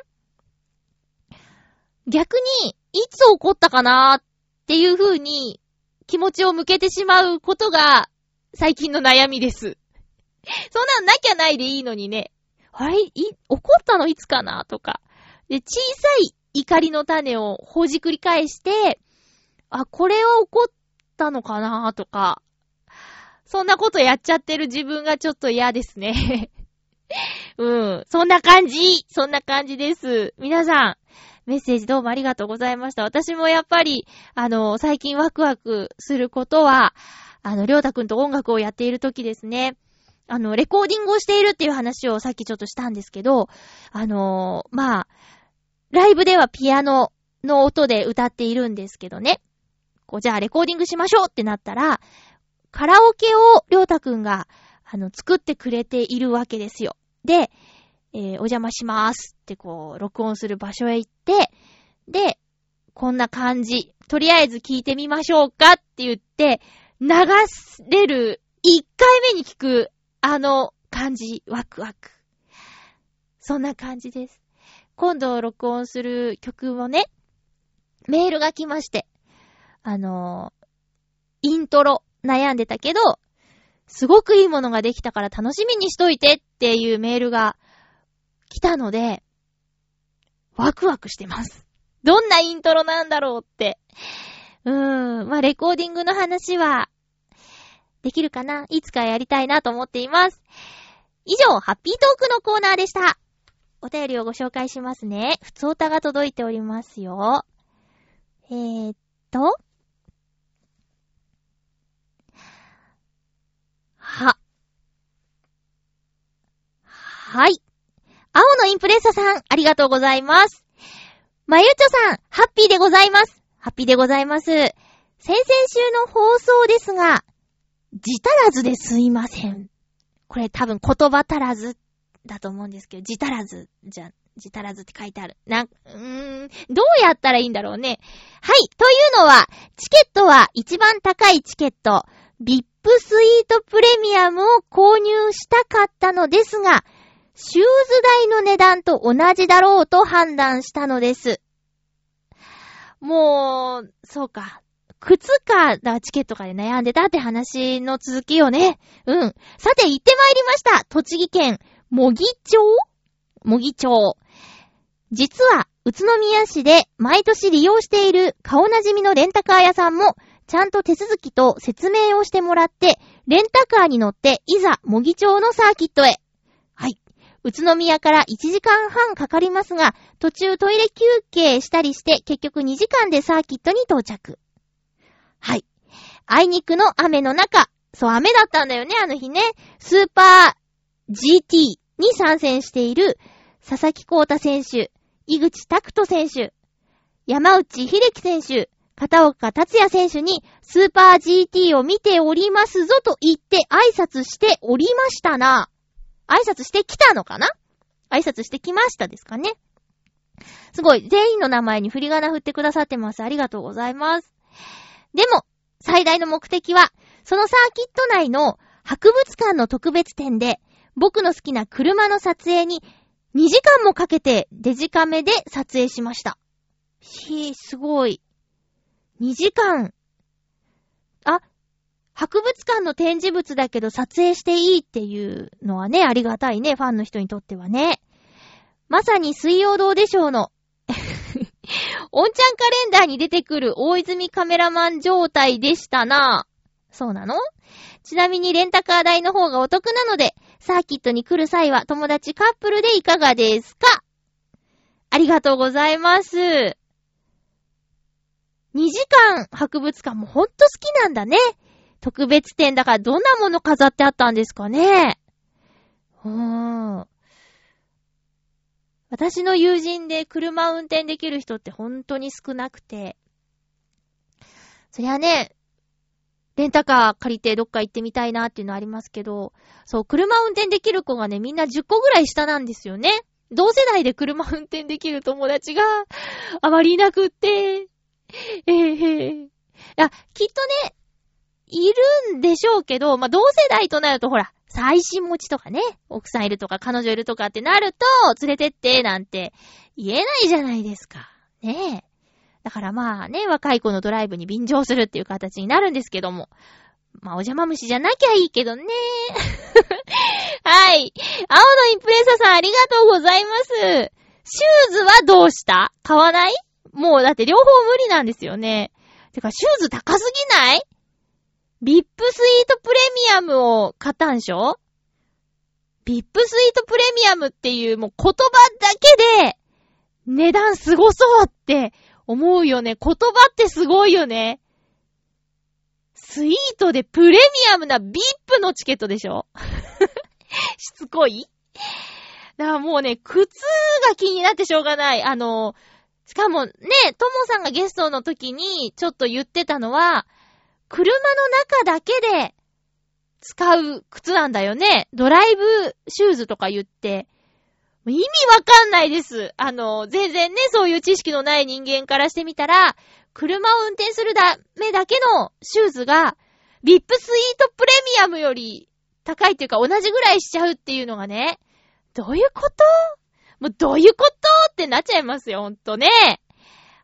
逆に、いつ怒ったかなーっていう風に気持ちを向けてしまうことが最近の悩みです。そんなんなきゃないでいいのにね。あれ、い、怒ったのいつかなとか。で、小さい怒りの種をほじくり返して、あ、これは怒ったのかなとか。そんなことやっちゃってる自分がちょっと嫌ですね。うん。そんな感じ。そんな感じです。皆さん、メッセージどうもありがとうございました。私もやっぱり、あの、最近ワクワクすることは、あの、りょうたくんと音楽をやっている時ですね。あの、レコーディングをしているっていう話をさっきちょっとしたんですけど、あのー、まあ、ライブではピアノの音で歌っているんですけどね。こう、じゃあレコーディングしましょうってなったら、カラオケをりょうたくんが、あの、作ってくれているわけですよ。で、えー、お邪魔しますってこう、録音する場所へ行って、で、こんな感じ。とりあえず聞いてみましょうかって言って、流れるいっかいめに聞くあの感じ、ワクワク。そんな感じです。今度録音する曲もね、 メールが来まして、あのー、イントロ悩んでたけど、すごくいいものができたから楽しみにしといてっていうメールが来たので、ワクワクしてます。どんなイントロなんだろうって。うーん、まあ、レコーディングの話は、できるかな？いつかやりたいなと思っています。以上、ハッピートークのコーナーでした。お便りをご紹介しますね。ふつおたが届いておりますよ。えーっと。は。はい。青のインプレッサさん、ありがとうございます。まゆちょさん、ハッピーでございます。ハッピーでございます。先々週の放送ですが、字足らずですいません。これ多分言葉足らずだと思うんですけど、字足らずじゃ、字足らずって書いてある。な、うーん、どうやったらいいんだろうね。はい、というのは、チケットは一番高いチケット、ブイアイピー スイートプレミアムを購入したかったのですが、シューズ代の値段と同じだろうと判断したのです。もう、そうか。靴か、だチケットかで悩んでたって話の続きよね。うん。さて、行ってまいりました。栃木県、茂木町茂木町。実は、宇都宮市で毎年利用している顔なじみのレンタカー屋さんも、ちゃんと手続きと説明をしてもらって、レンタカーに乗って、いざ、茂木町のサーキットへ。はい。宇都宮からいちじかんはんかかりますが、途中トイレ休憩したりして、結局にじかんでサーキットに到着。はい。あいにくの雨の中、そう雨だったんだよね、あの日ね。スーパー ジーティー に参戦している佐々木光太選手、井口拓人選手、山内秀樹選手、片岡達也選手にスーパー ジーティー を見ておりますぞと言って挨拶しておりましたな。挨拶してきたのかな？挨拶してきましたですかね。すごい、全員の名前に振り仮名振ってくださってます。ありがとうございます。でも、最大の目的は、そのサーキット内の博物館の特別展で、僕の好きな車の撮影ににじかんもかけてデジカメで撮影しました。ひー、すごい。にじかん。あ、博物館の展示物だけど撮影していいっていうのはね、ありがたいね、ファンの人にとってはね。まさに水曜どうでしょうのおんちゃんカレンダーに出てくる大泉カメラマン状態でしたな。そうなの？ちなみにレンタカー代の方がお得なので、サーキットに来る際は友達カップルでいかがですか？ありがとうございます。にじかん博物館もほんと好きなんだね。特別展だからどんなもの飾ってあったんですかね。うーん。私の友人で車運転できる人って本当に少なくて。そりゃね、レンタカー借りてどっか行ってみたいなっていうのありますけど、そう、車運転できる子がね、みんなじゅっこぐらい下なんですよね。同世代で車運転できる友達があまりいなくって。えー、いや、きっとね、いるんでしょうけど、まあ、同世代となるとほら、最新持ちとかね、奥さんいるとか彼女いるとかってなると、連れてってなんて言えないじゃないですか。ねえ。だからまあね、若い子のドライブに便乗するっていう形になるんですけども。まあお邪魔虫じゃなきゃいいけどね。はい。青のインプレッサさんありがとうございます。シューズはどうした？買わない？もうだって両方無理なんですよね。てかシューズ高すぎない？ブイアイピー スイートプレミアムを買ったんでしょ？ ブイアイピー スイートプレミアムっていうもう言葉だけで値段すごそうって思うよね。言葉ってすごいよね。スイートでプレミアムな ブイアイピー のチケットでしょ？しつこい？だからもうね、靴が気になってしょうがない。あの、しかもね、ともさんがゲストの時にちょっと言ってたのは、車の中だけで使う靴なんだよね。ドライブシューズとか言って。意味わかんないです。あの、全然ね、そういう知識のない人間からしてみたら、車を運転するためだけのシューズが、ブイアイピー スイートプレミアムより高いっていうか同じぐらいしちゃうっていうのがね、どういうこと？もうどういうことってなっちゃいますよ、ほんとね。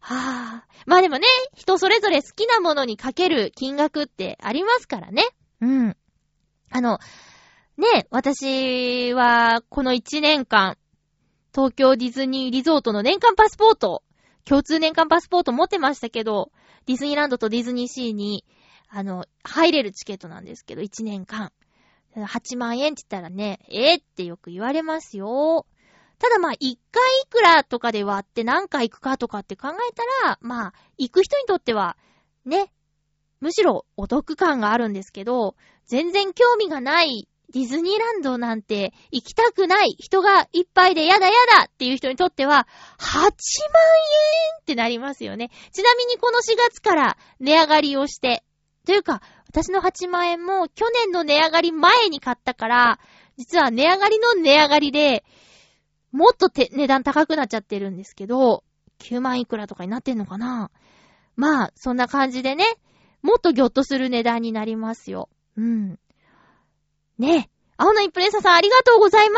はぁ。まあでもね、人それぞれ好きなものにかける金額ってありますからね。うん。あの、ね、私はこのいちねんかん、東京ディズニーリゾートの年間パスポート、共通年間パスポート持ってましたけど、ディズニーランドとディズニーシーに、あの、入れるチケットなんですけど、いちねんかん。はちまんえんって言ったらね、えー、ってよく言われますよ。ただまあ、いっかいいくらとかで割って何回行くかとかって考えたら、まあ、行く人にとっては、ね、むしろお得感があるんですけど、全然興味がないディズニーランドなんて行きたくない、人がいっぱいでやだやだっていう人にとっては、はちまんえんってなりますよね。ちなみにこのしがつから値上がりをして、というか、私のはちまんえんも去年の値上がり前に買ったから、実は値上がりの値上がりで、もっとて値段高くなっちゃってるんですけど、きゅうまんいくらとかになってんのかな。まあ、そんな感じでね、もっとギョッとする値段になりますよ。うん。ねえ、青のインプレッサさんありがとうございます。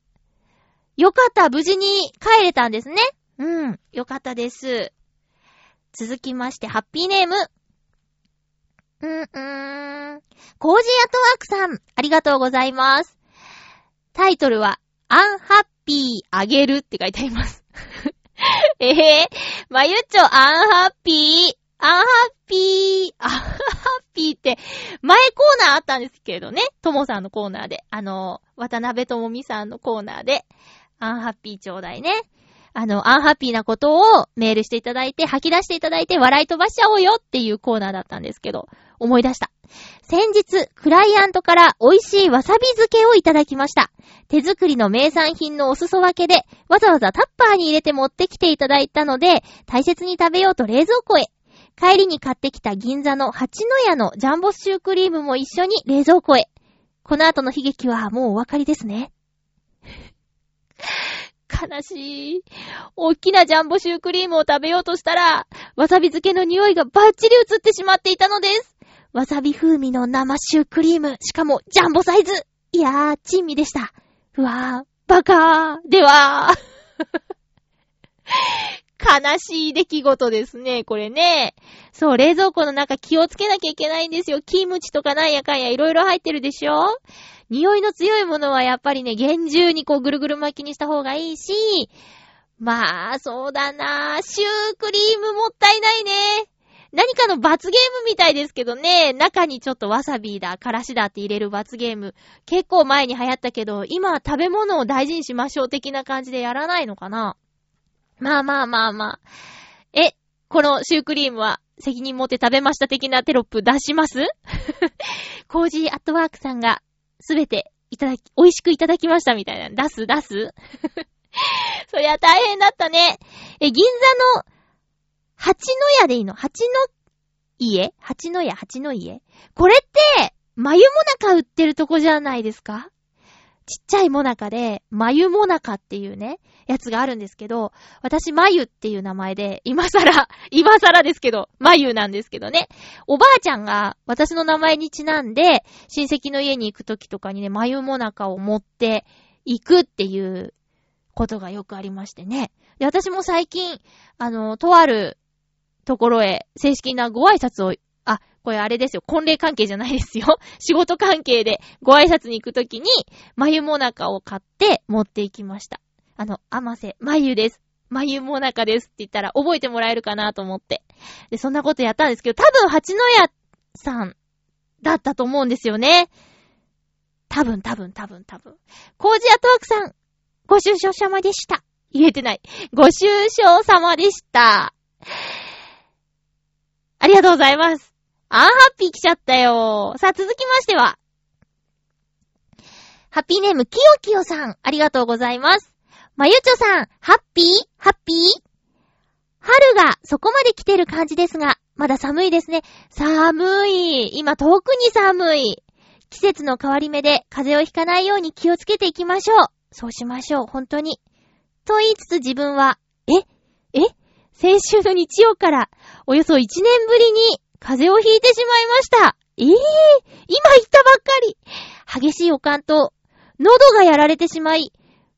よかった、無事に帰れたんですね。うん、よかったです。続きまして、ハッピーネーム。うん、うーん。コージーアットワークさん、ありがとうございます。タイトルは、アンハッピーあげるって書いてあります。えへー、まゆっちょアンハッピー、アンハッピー、アンハッピーって、前コーナーあったんですけれどね。ともさんのコーナーで。あの、渡辺ともみさんのコーナーで、アンハッピーちょうだいね。あの、アンハッピーなことをメールしていただいて、吐き出していただいて、笑い飛ばしちゃおうよっていうコーナーだったんですけど、思い出した。先日、クライアントから美味しいわさび漬けをいただきました。手作りの名産品のお裾分けで、わざわざタッパーに入れて持ってきていただいたので、大切に食べようと冷蔵庫へ。帰りに買ってきた銀座の八の屋のジャンボシュークリームも一緒に冷蔵庫へ。この後の悲劇はもうお分かりですね。悲しい。大きなジャンボシュークリームを食べようとしたら、わさび漬けの匂いがバッチリ移ってしまっていたのです。わさび風味の生シュークリーム、しかもジャンボサイズ。いやー、珍味でした。うわー、バカー。では悲しい出来事ですね、これね。そう、冷蔵庫の中気をつけなきゃいけないんですよ。キムチとかなんやかんやいろいろ入ってるでしょ。匂いの強いものはやっぱりね、厳重にこうぐるぐる巻きにした方がいいし、まあ、そうだな。シュークリームもったいないね。何かの罰ゲームみたいですけどね、中にちょっとわさびだ、からしだって入れる罰ゲーム。結構前に流行ったけど、今は食べ物を大事にしましょう的な感じでやらないのかな。まあまあまあまあ。え、このシュークリームは責任持って食べました的なテロップ出しますコージーアットワークさんがすべていただき、美味しくいただきましたみたいな。出す出すそりゃ大変だったね。え、銀座の八の屋でいいの？八の家？八の屋、八の家？これって、眉もなか売ってるとこじゃないですか？ちっちゃいもなかで、眉もなかっていうね、やつがあるんですけど、私、眉っていう名前で、今更、今更ですけど、眉なんですけどね。おばあちゃんが私の名前にちなんで、親戚の家に行くときとかにね、眉もなかを持って行くっていうことがよくありましてね。で、私も最近、あの、とあるところへ正式なご挨拶を、あ、これあれですよ。婚礼関係じゃないですよ。仕事関係でご挨拶に行くときに、眉もなかを買って持って行きました。あの、あませ、眉です。眉もなかですって言ったら覚えてもらえるかなと思って。で、そんなことやったんですけど、多分八の屋さんだったと思うんですよね。多分、多分、多分、多分。コージアットワークさん、ご愁傷様でした。言えてない。ご愁傷様でした。ありがとうございます。アンハッピー来ちゃったよ。さあ、続きましては。ハッピーネーム、きよきよさん、ありがとうございます。まゆちょさん、ハッピーハッピー春がそこまで来てる感じですが、まだ寒いですね。寒い。今、遠くに寒い。季節の変わり目で風邪をひかないように気をつけていきましょう。そうしましょう、本当に。と言いつつ自分は、ええ先週の日曜からおよそいちねんぶりに風邪をひいてしまいました。ええー、今言ったばっかり。激しい悪寒と喉がやられてしまい、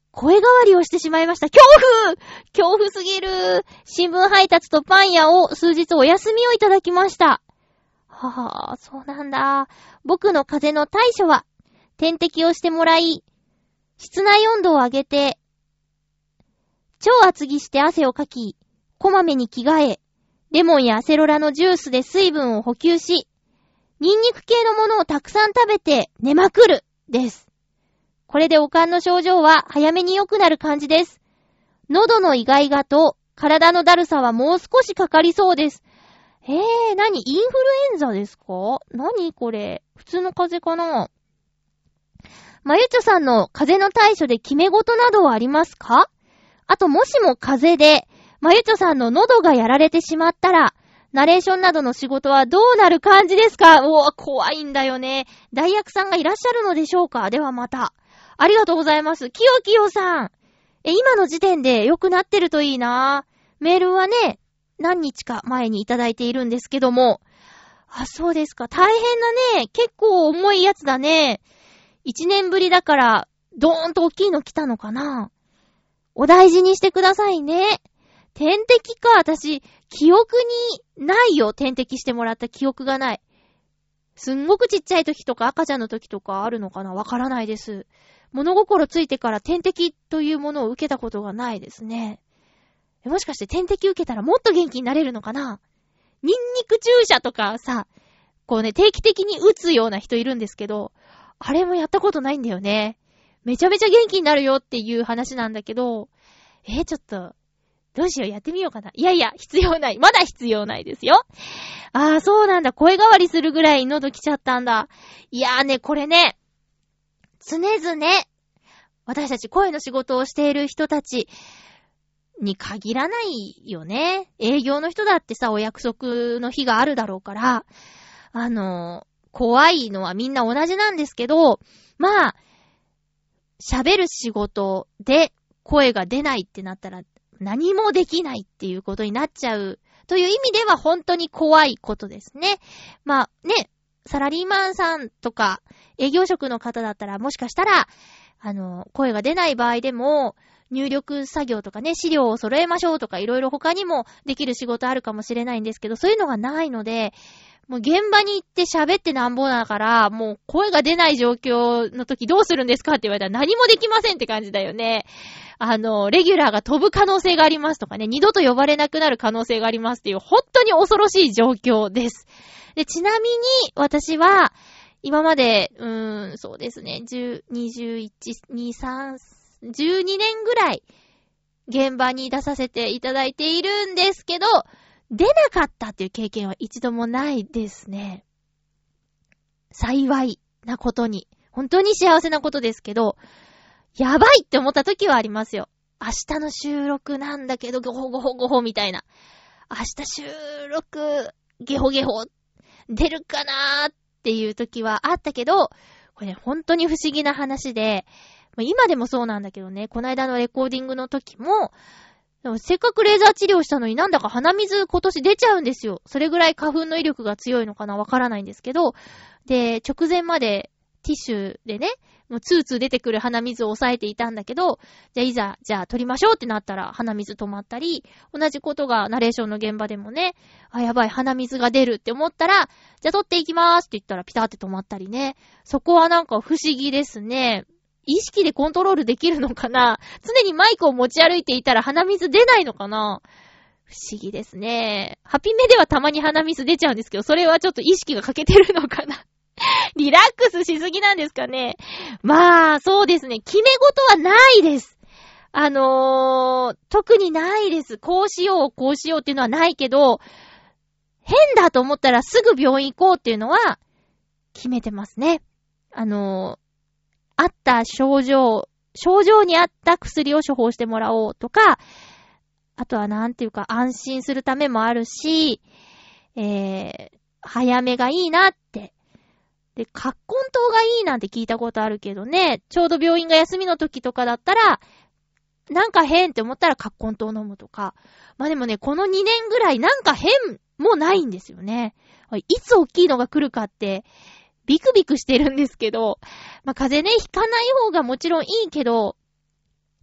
声変わりをしてしまいました。恐怖恐怖すぎる。新聞配達とパン屋を数日お休みをいただきました。はぁ、そうなんだ。僕の風邪の対処は、点滴をしてもらい、室内温度を上げて、超厚着して汗をかき、こまめに着替え、レモンやアセロラのジュースで水分を補給し、ニンニク系のものをたくさん食べて寝まくるです。これでおかんの症状は早めに良くなる感じです。喉のイガイガと体のだるさはもう少しかかりそうです。えー、何インフルエンザですか？何これ？普通の風邪かな？まゆちょさんの風邪の対処で決め事などはありますか？あともしも風邪で、まゆちょさんの喉がやられてしまったら、ナレーションなどの仕事はどうなる感じですか？おー、怖いんだよね。代役さんがいらっしゃるのでしょうか？ではまた。ありがとうございます。きよきよさん。え、今の時点で良くなってるといいな。メールはね、何日か前にいただいているんですけども。あ、そうですか。大変なね。結構重いやつだね。一年ぶりだから、ドーンと大きいの来たのかな。お大事にしてくださいね。点滴か、私、記憶にないよ。点滴してもらった記憶がない。すんごくちっちゃい時とか赤ちゃんの時とかあるのかな？わからないです。物心ついてから点滴というものを受けたことがないですね。もしかして点滴受けたらもっと元気になれるのかな？ニンニク注射とかさ、こうね、定期的に打つような人いるんですけど、あれもやったことないんだよね。めちゃめちゃ元気になるよっていう話なんだけど、えー、ちょっと、どうしよう、やってみようかな。いやいや、必要ない。まだ必要ないですよ。あー、そうなんだ。声変わりするぐらい喉来ちゃったんだ。いやーね、これね、常々、私たち声の仕事をしている人たちに限らないよね。営業の人だってさ、お約束の日があるだろうから、あの、怖いのはみんな同じなんですけど、まあ、喋る仕事で声が出ないってなったら何もできないっていうことになっちゃうという意味では本当に怖いことですね。まあね、サラリーマンさんとか営業職の方だったらもしかしたらあの声が出ない場合でも入力作業とかね、資料を揃えましょうとかいろいろ他にもできる仕事あるかもしれないんですけど、そういうのがないので、もう現場に行って喋ってなんぼだから、もう声が出ない状況の時どうするんですかって言われたら何もできませんって感じだよね。あの、レギュラーが飛ぶ可能性がありますとかね、二度と呼ばれなくなる可能性がありますっていう、本当に恐ろしい状況です。で、ちなみに私は、今まで、うーん、そうですね、じゅう、にじゅういち、にじゅうさん、じゅうにねんぐらい現場に出させていただいているんですけど、出なかったっていう経験は一度もないですね。幸いなことに。本当に幸せなことですけど、やばいって思った時はありますよ。明日の収録なんだけど、ゴホゴホゴホみたいな。明日収録、ゲホゲホ、出るかなーっていう時はあったけど、これね、本当に不思議な話で、今でもそうなんだけどね、この間のレコーディングの時も、でもせっかくレーザー治療したのになんだか鼻水今年出ちゃうんですよ。それぐらい花粉の威力が強いのかなわからないんですけど、で、直前までティッシュでね、もうツーツー出てくる鼻水を抑えていたんだけど、じゃあいざ、じゃあ取りましょうってなったら鼻水止まったり、同じことがナレーションの現場でもね、あ、やばい鼻水が出るって思ったら、じゃあ取っていきまーすって言ったらピタって止まったりね。そこはなんか不思議ですね。意識でコントロールできるのかな？常にマイクを持ち歩いていたら鼻水出ないのかな？不思議ですね。ハピメではたまに鼻水出ちゃうんですけど、それはちょっと意識が欠けてるのかな？リラックスしすぎなんですかね。まあ、そうですね。決め事はないです。あのー、特にないです。こうしよう、こうしようっていうのはないけど、変だと思ったらすぐ病院行こうっていうのは決めてますね。あのー、あった症状、症状に合った薬を処方してもらおうとか、あとはなんていうか安心するためもあるし、えー、早めがいいなって。で、葛根湯がいいなんて聞いたことあるけどね、ちょうど病院が休みの時とかだったら、なんか変って思ったら葛根湯飲むとか。まあでもね、このにねんぐらいなんか変もないんですよね。いつ大きいのが来るかって、ビクビクしてるんですけど、まあ、風邪ね、ひかない方がもちろんいいけど、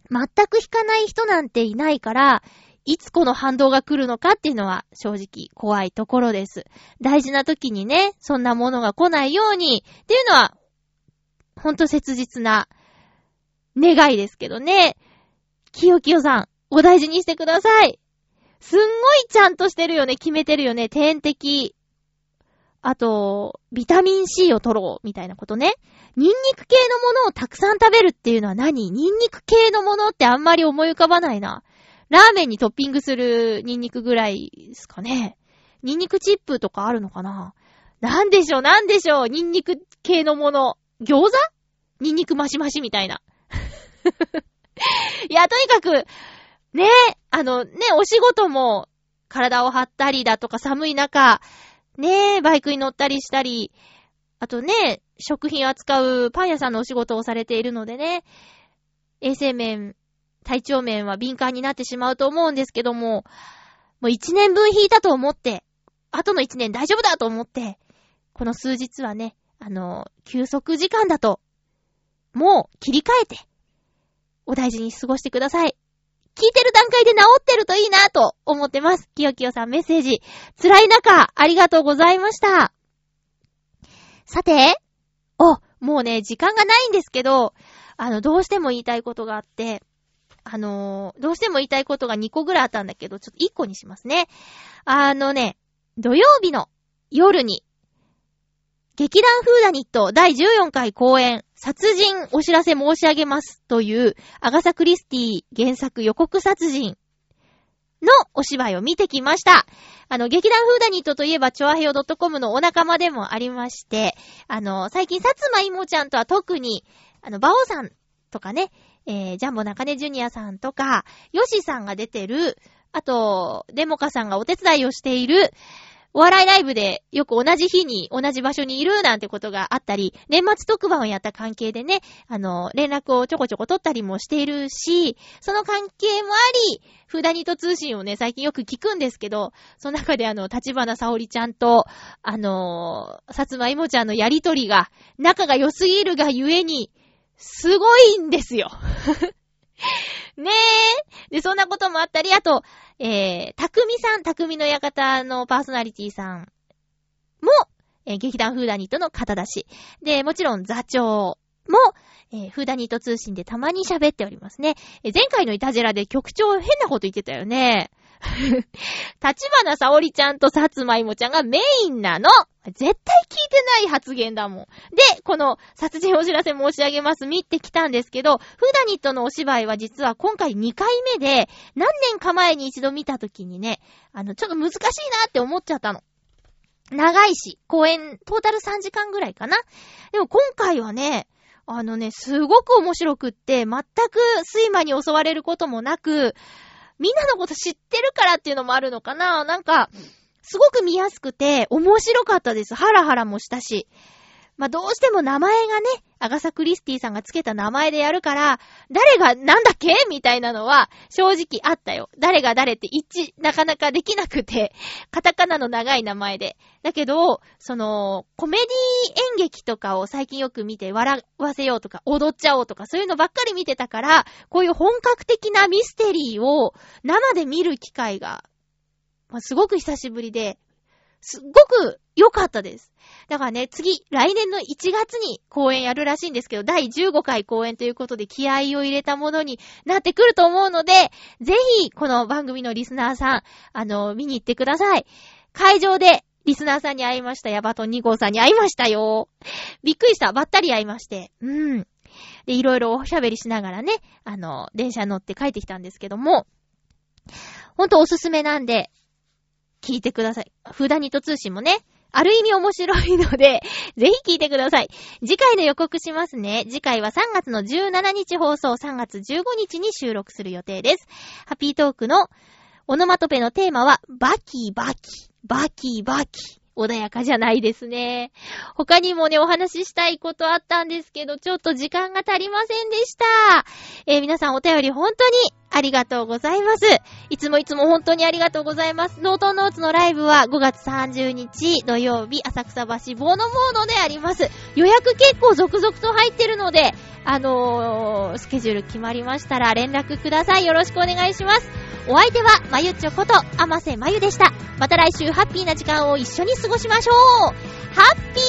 全く引かない人なんていないから、いつこの反動が来るのかっていうのは正直怖いところです。大事な時にね、そんなものが来ないようにっていうのは、ほんと切実な願いですけどね。きよきよさん、お大事にしてください。すんごいちゃんとしてるよね、決めてるよね、点滴。あと、ビタミン C を取ろう、みたいなことね。ニンニク系のものをたくさん食べるっていうのは何？ニンニク系のものってあんまり思い浮かばないな。ラーメンにトッピングするニンニクぐらいですかね。ニンニクチップとかあるのかな？なんでしょうなんでしょうニンニク系のもの。餃子？ニンニクマシマシみたいな。いや、とにかく、ね、あの、ね、お仕事も体を張ったりだとか寒い中、ね、バイクに乗ったりしたり、あとね、食品を扱うパン屋さんのお仕事をされているのでね、衛生面、体調面は敏感になってしまうと思うんですけども、もう一年分引いたと思って、あとの一年大丈夫だと思って、この数日はね、あの、休息時間だと、もう切り替えて、お大事に過ごしてください。聞いてる段階で治ってるといいなと思ってます。きよきよさんメッセージ、辛い中、ありがとうございました。さて、お、もうね、時間がないんですけど、あの、どうしても言いたいことがあって、あのー、どうしても言いたいことがにこぐらいあったんだけど、ちょっといっこにしますね。あのね、土曜日の夜に、劇団フーダニットだいじゅうよんかい公演、殺人お知らせ申し上げますという、アガサ・クリスティ原作予告殺人のお芝居を見てきました。あの、劇団フーダニットといえば、チョアヘヨ .com のお仲間でもありまして、あの、最近、さつまいもちゃんとは特に、あの、バオさんとかね、えー、ジャンボ中根ジュニアさんとか、ヨシさんが出てる、あと、デモカさんがお手伝いをしている、お笑いライブでよく同じ日に同じ場所にいるなんてことがあったり、年末特番をやった関係でね、あの、連絡をちょこちょこ取ったりもしているし、その関係もあり、フーダニット通信をね、最近よく聞くんですけど、その中であの、立花沙織ちゃんと、あの、さつまいもちゃんのやりとりが、仲が良すぎるがゆえに、すごいんですよ。ねえ。で、そんなこともあったり、あと、えー、たくみさん、たくみの館のパーソナリティさんも、えー、劇団フーダニットの方だし。で、もちろん座長も、えー、フーダニット通信でたまに喋っておりますね。えー、前回のイタジェラで局長変なこと言ってたよね。立花沙織ちゃんとさつまいもちゃんがメインなの。絶対聞いてない発言だもん。で、この殺人お知らせ申し上げます見てきたんですけど、フーダニットのお芝居は実は今回にかいめで、何年か前に一度見たときにね、あの、ちょっと難しいなって思っちゃったの。長いし、公演トータルさんじかんぐらいかな。でも今回はね、あのね、すごく面白くって、全く睡魔に襲われることもなく、みんなのこと知ってるからっていうのもあるのかな。なんか、すごく見やすくて、面白かったです。ハラハラもしたし。まあ、どうしても名前がね、アガサ・クリスティさんがつけた名前でやるから、誰がなんだっけみたいなのは正直あったよ。誰が誰って一致なかなかできなくて、カタカナの長い名前で。だけど、その、コメディ演劇とかを最近よく見て笑わせようとか踊っちゃおうとかそういうのばっかり見てたから、こういう本格的なミステリーを生で見る機会が、まあ、すごく久しぶりで、すっごく良かったです。だからね、次、来年のいちがつに公演やるらしいんですけど、だいじゅうごかい公演ということで気合を入れたものになってくると思うので、ぜひ、この番組のリスナーさん、あの、見に行ってください。会場でリスナーさんに会いました。ヤバトンに号さんに会いましたよ。びっくりした。ばったり会いまして。うん。で、いろいろおしゃべりしながらね、あの、電車乗って帰ってきたんですけども、ほんとおすすめなんで、聞いてください。フーダニット通信もね、ある意味面白いので、ぜひ聞いてください。次回の予告しますね。次回はさんがつのじゅうしちにち放送、さんがつじゅうごにちに収録する予定です。ハッピートークのオノマトペのテーマは、バキバキ、バキバキ。穏やかじゃないですね。他にもね、お話ししたいことあったんですけど、ちょっと時間が足りませんでした。 えー、皆さんお便り本当にありがとうございます。いつもいつも本当にありがとうございます。ノートノーツのライブはごがつさんじゅうにち土曜日、浅草橋ボーノモードであります。予約結構続々と入ってるので、あのー、スケジュール決まりましたら連絡ください。よろしくお願いします。お相手はまゆっちょことあませまゆでした。また来週ハッピーな時間を一緒に過ごしましょう。ハッピー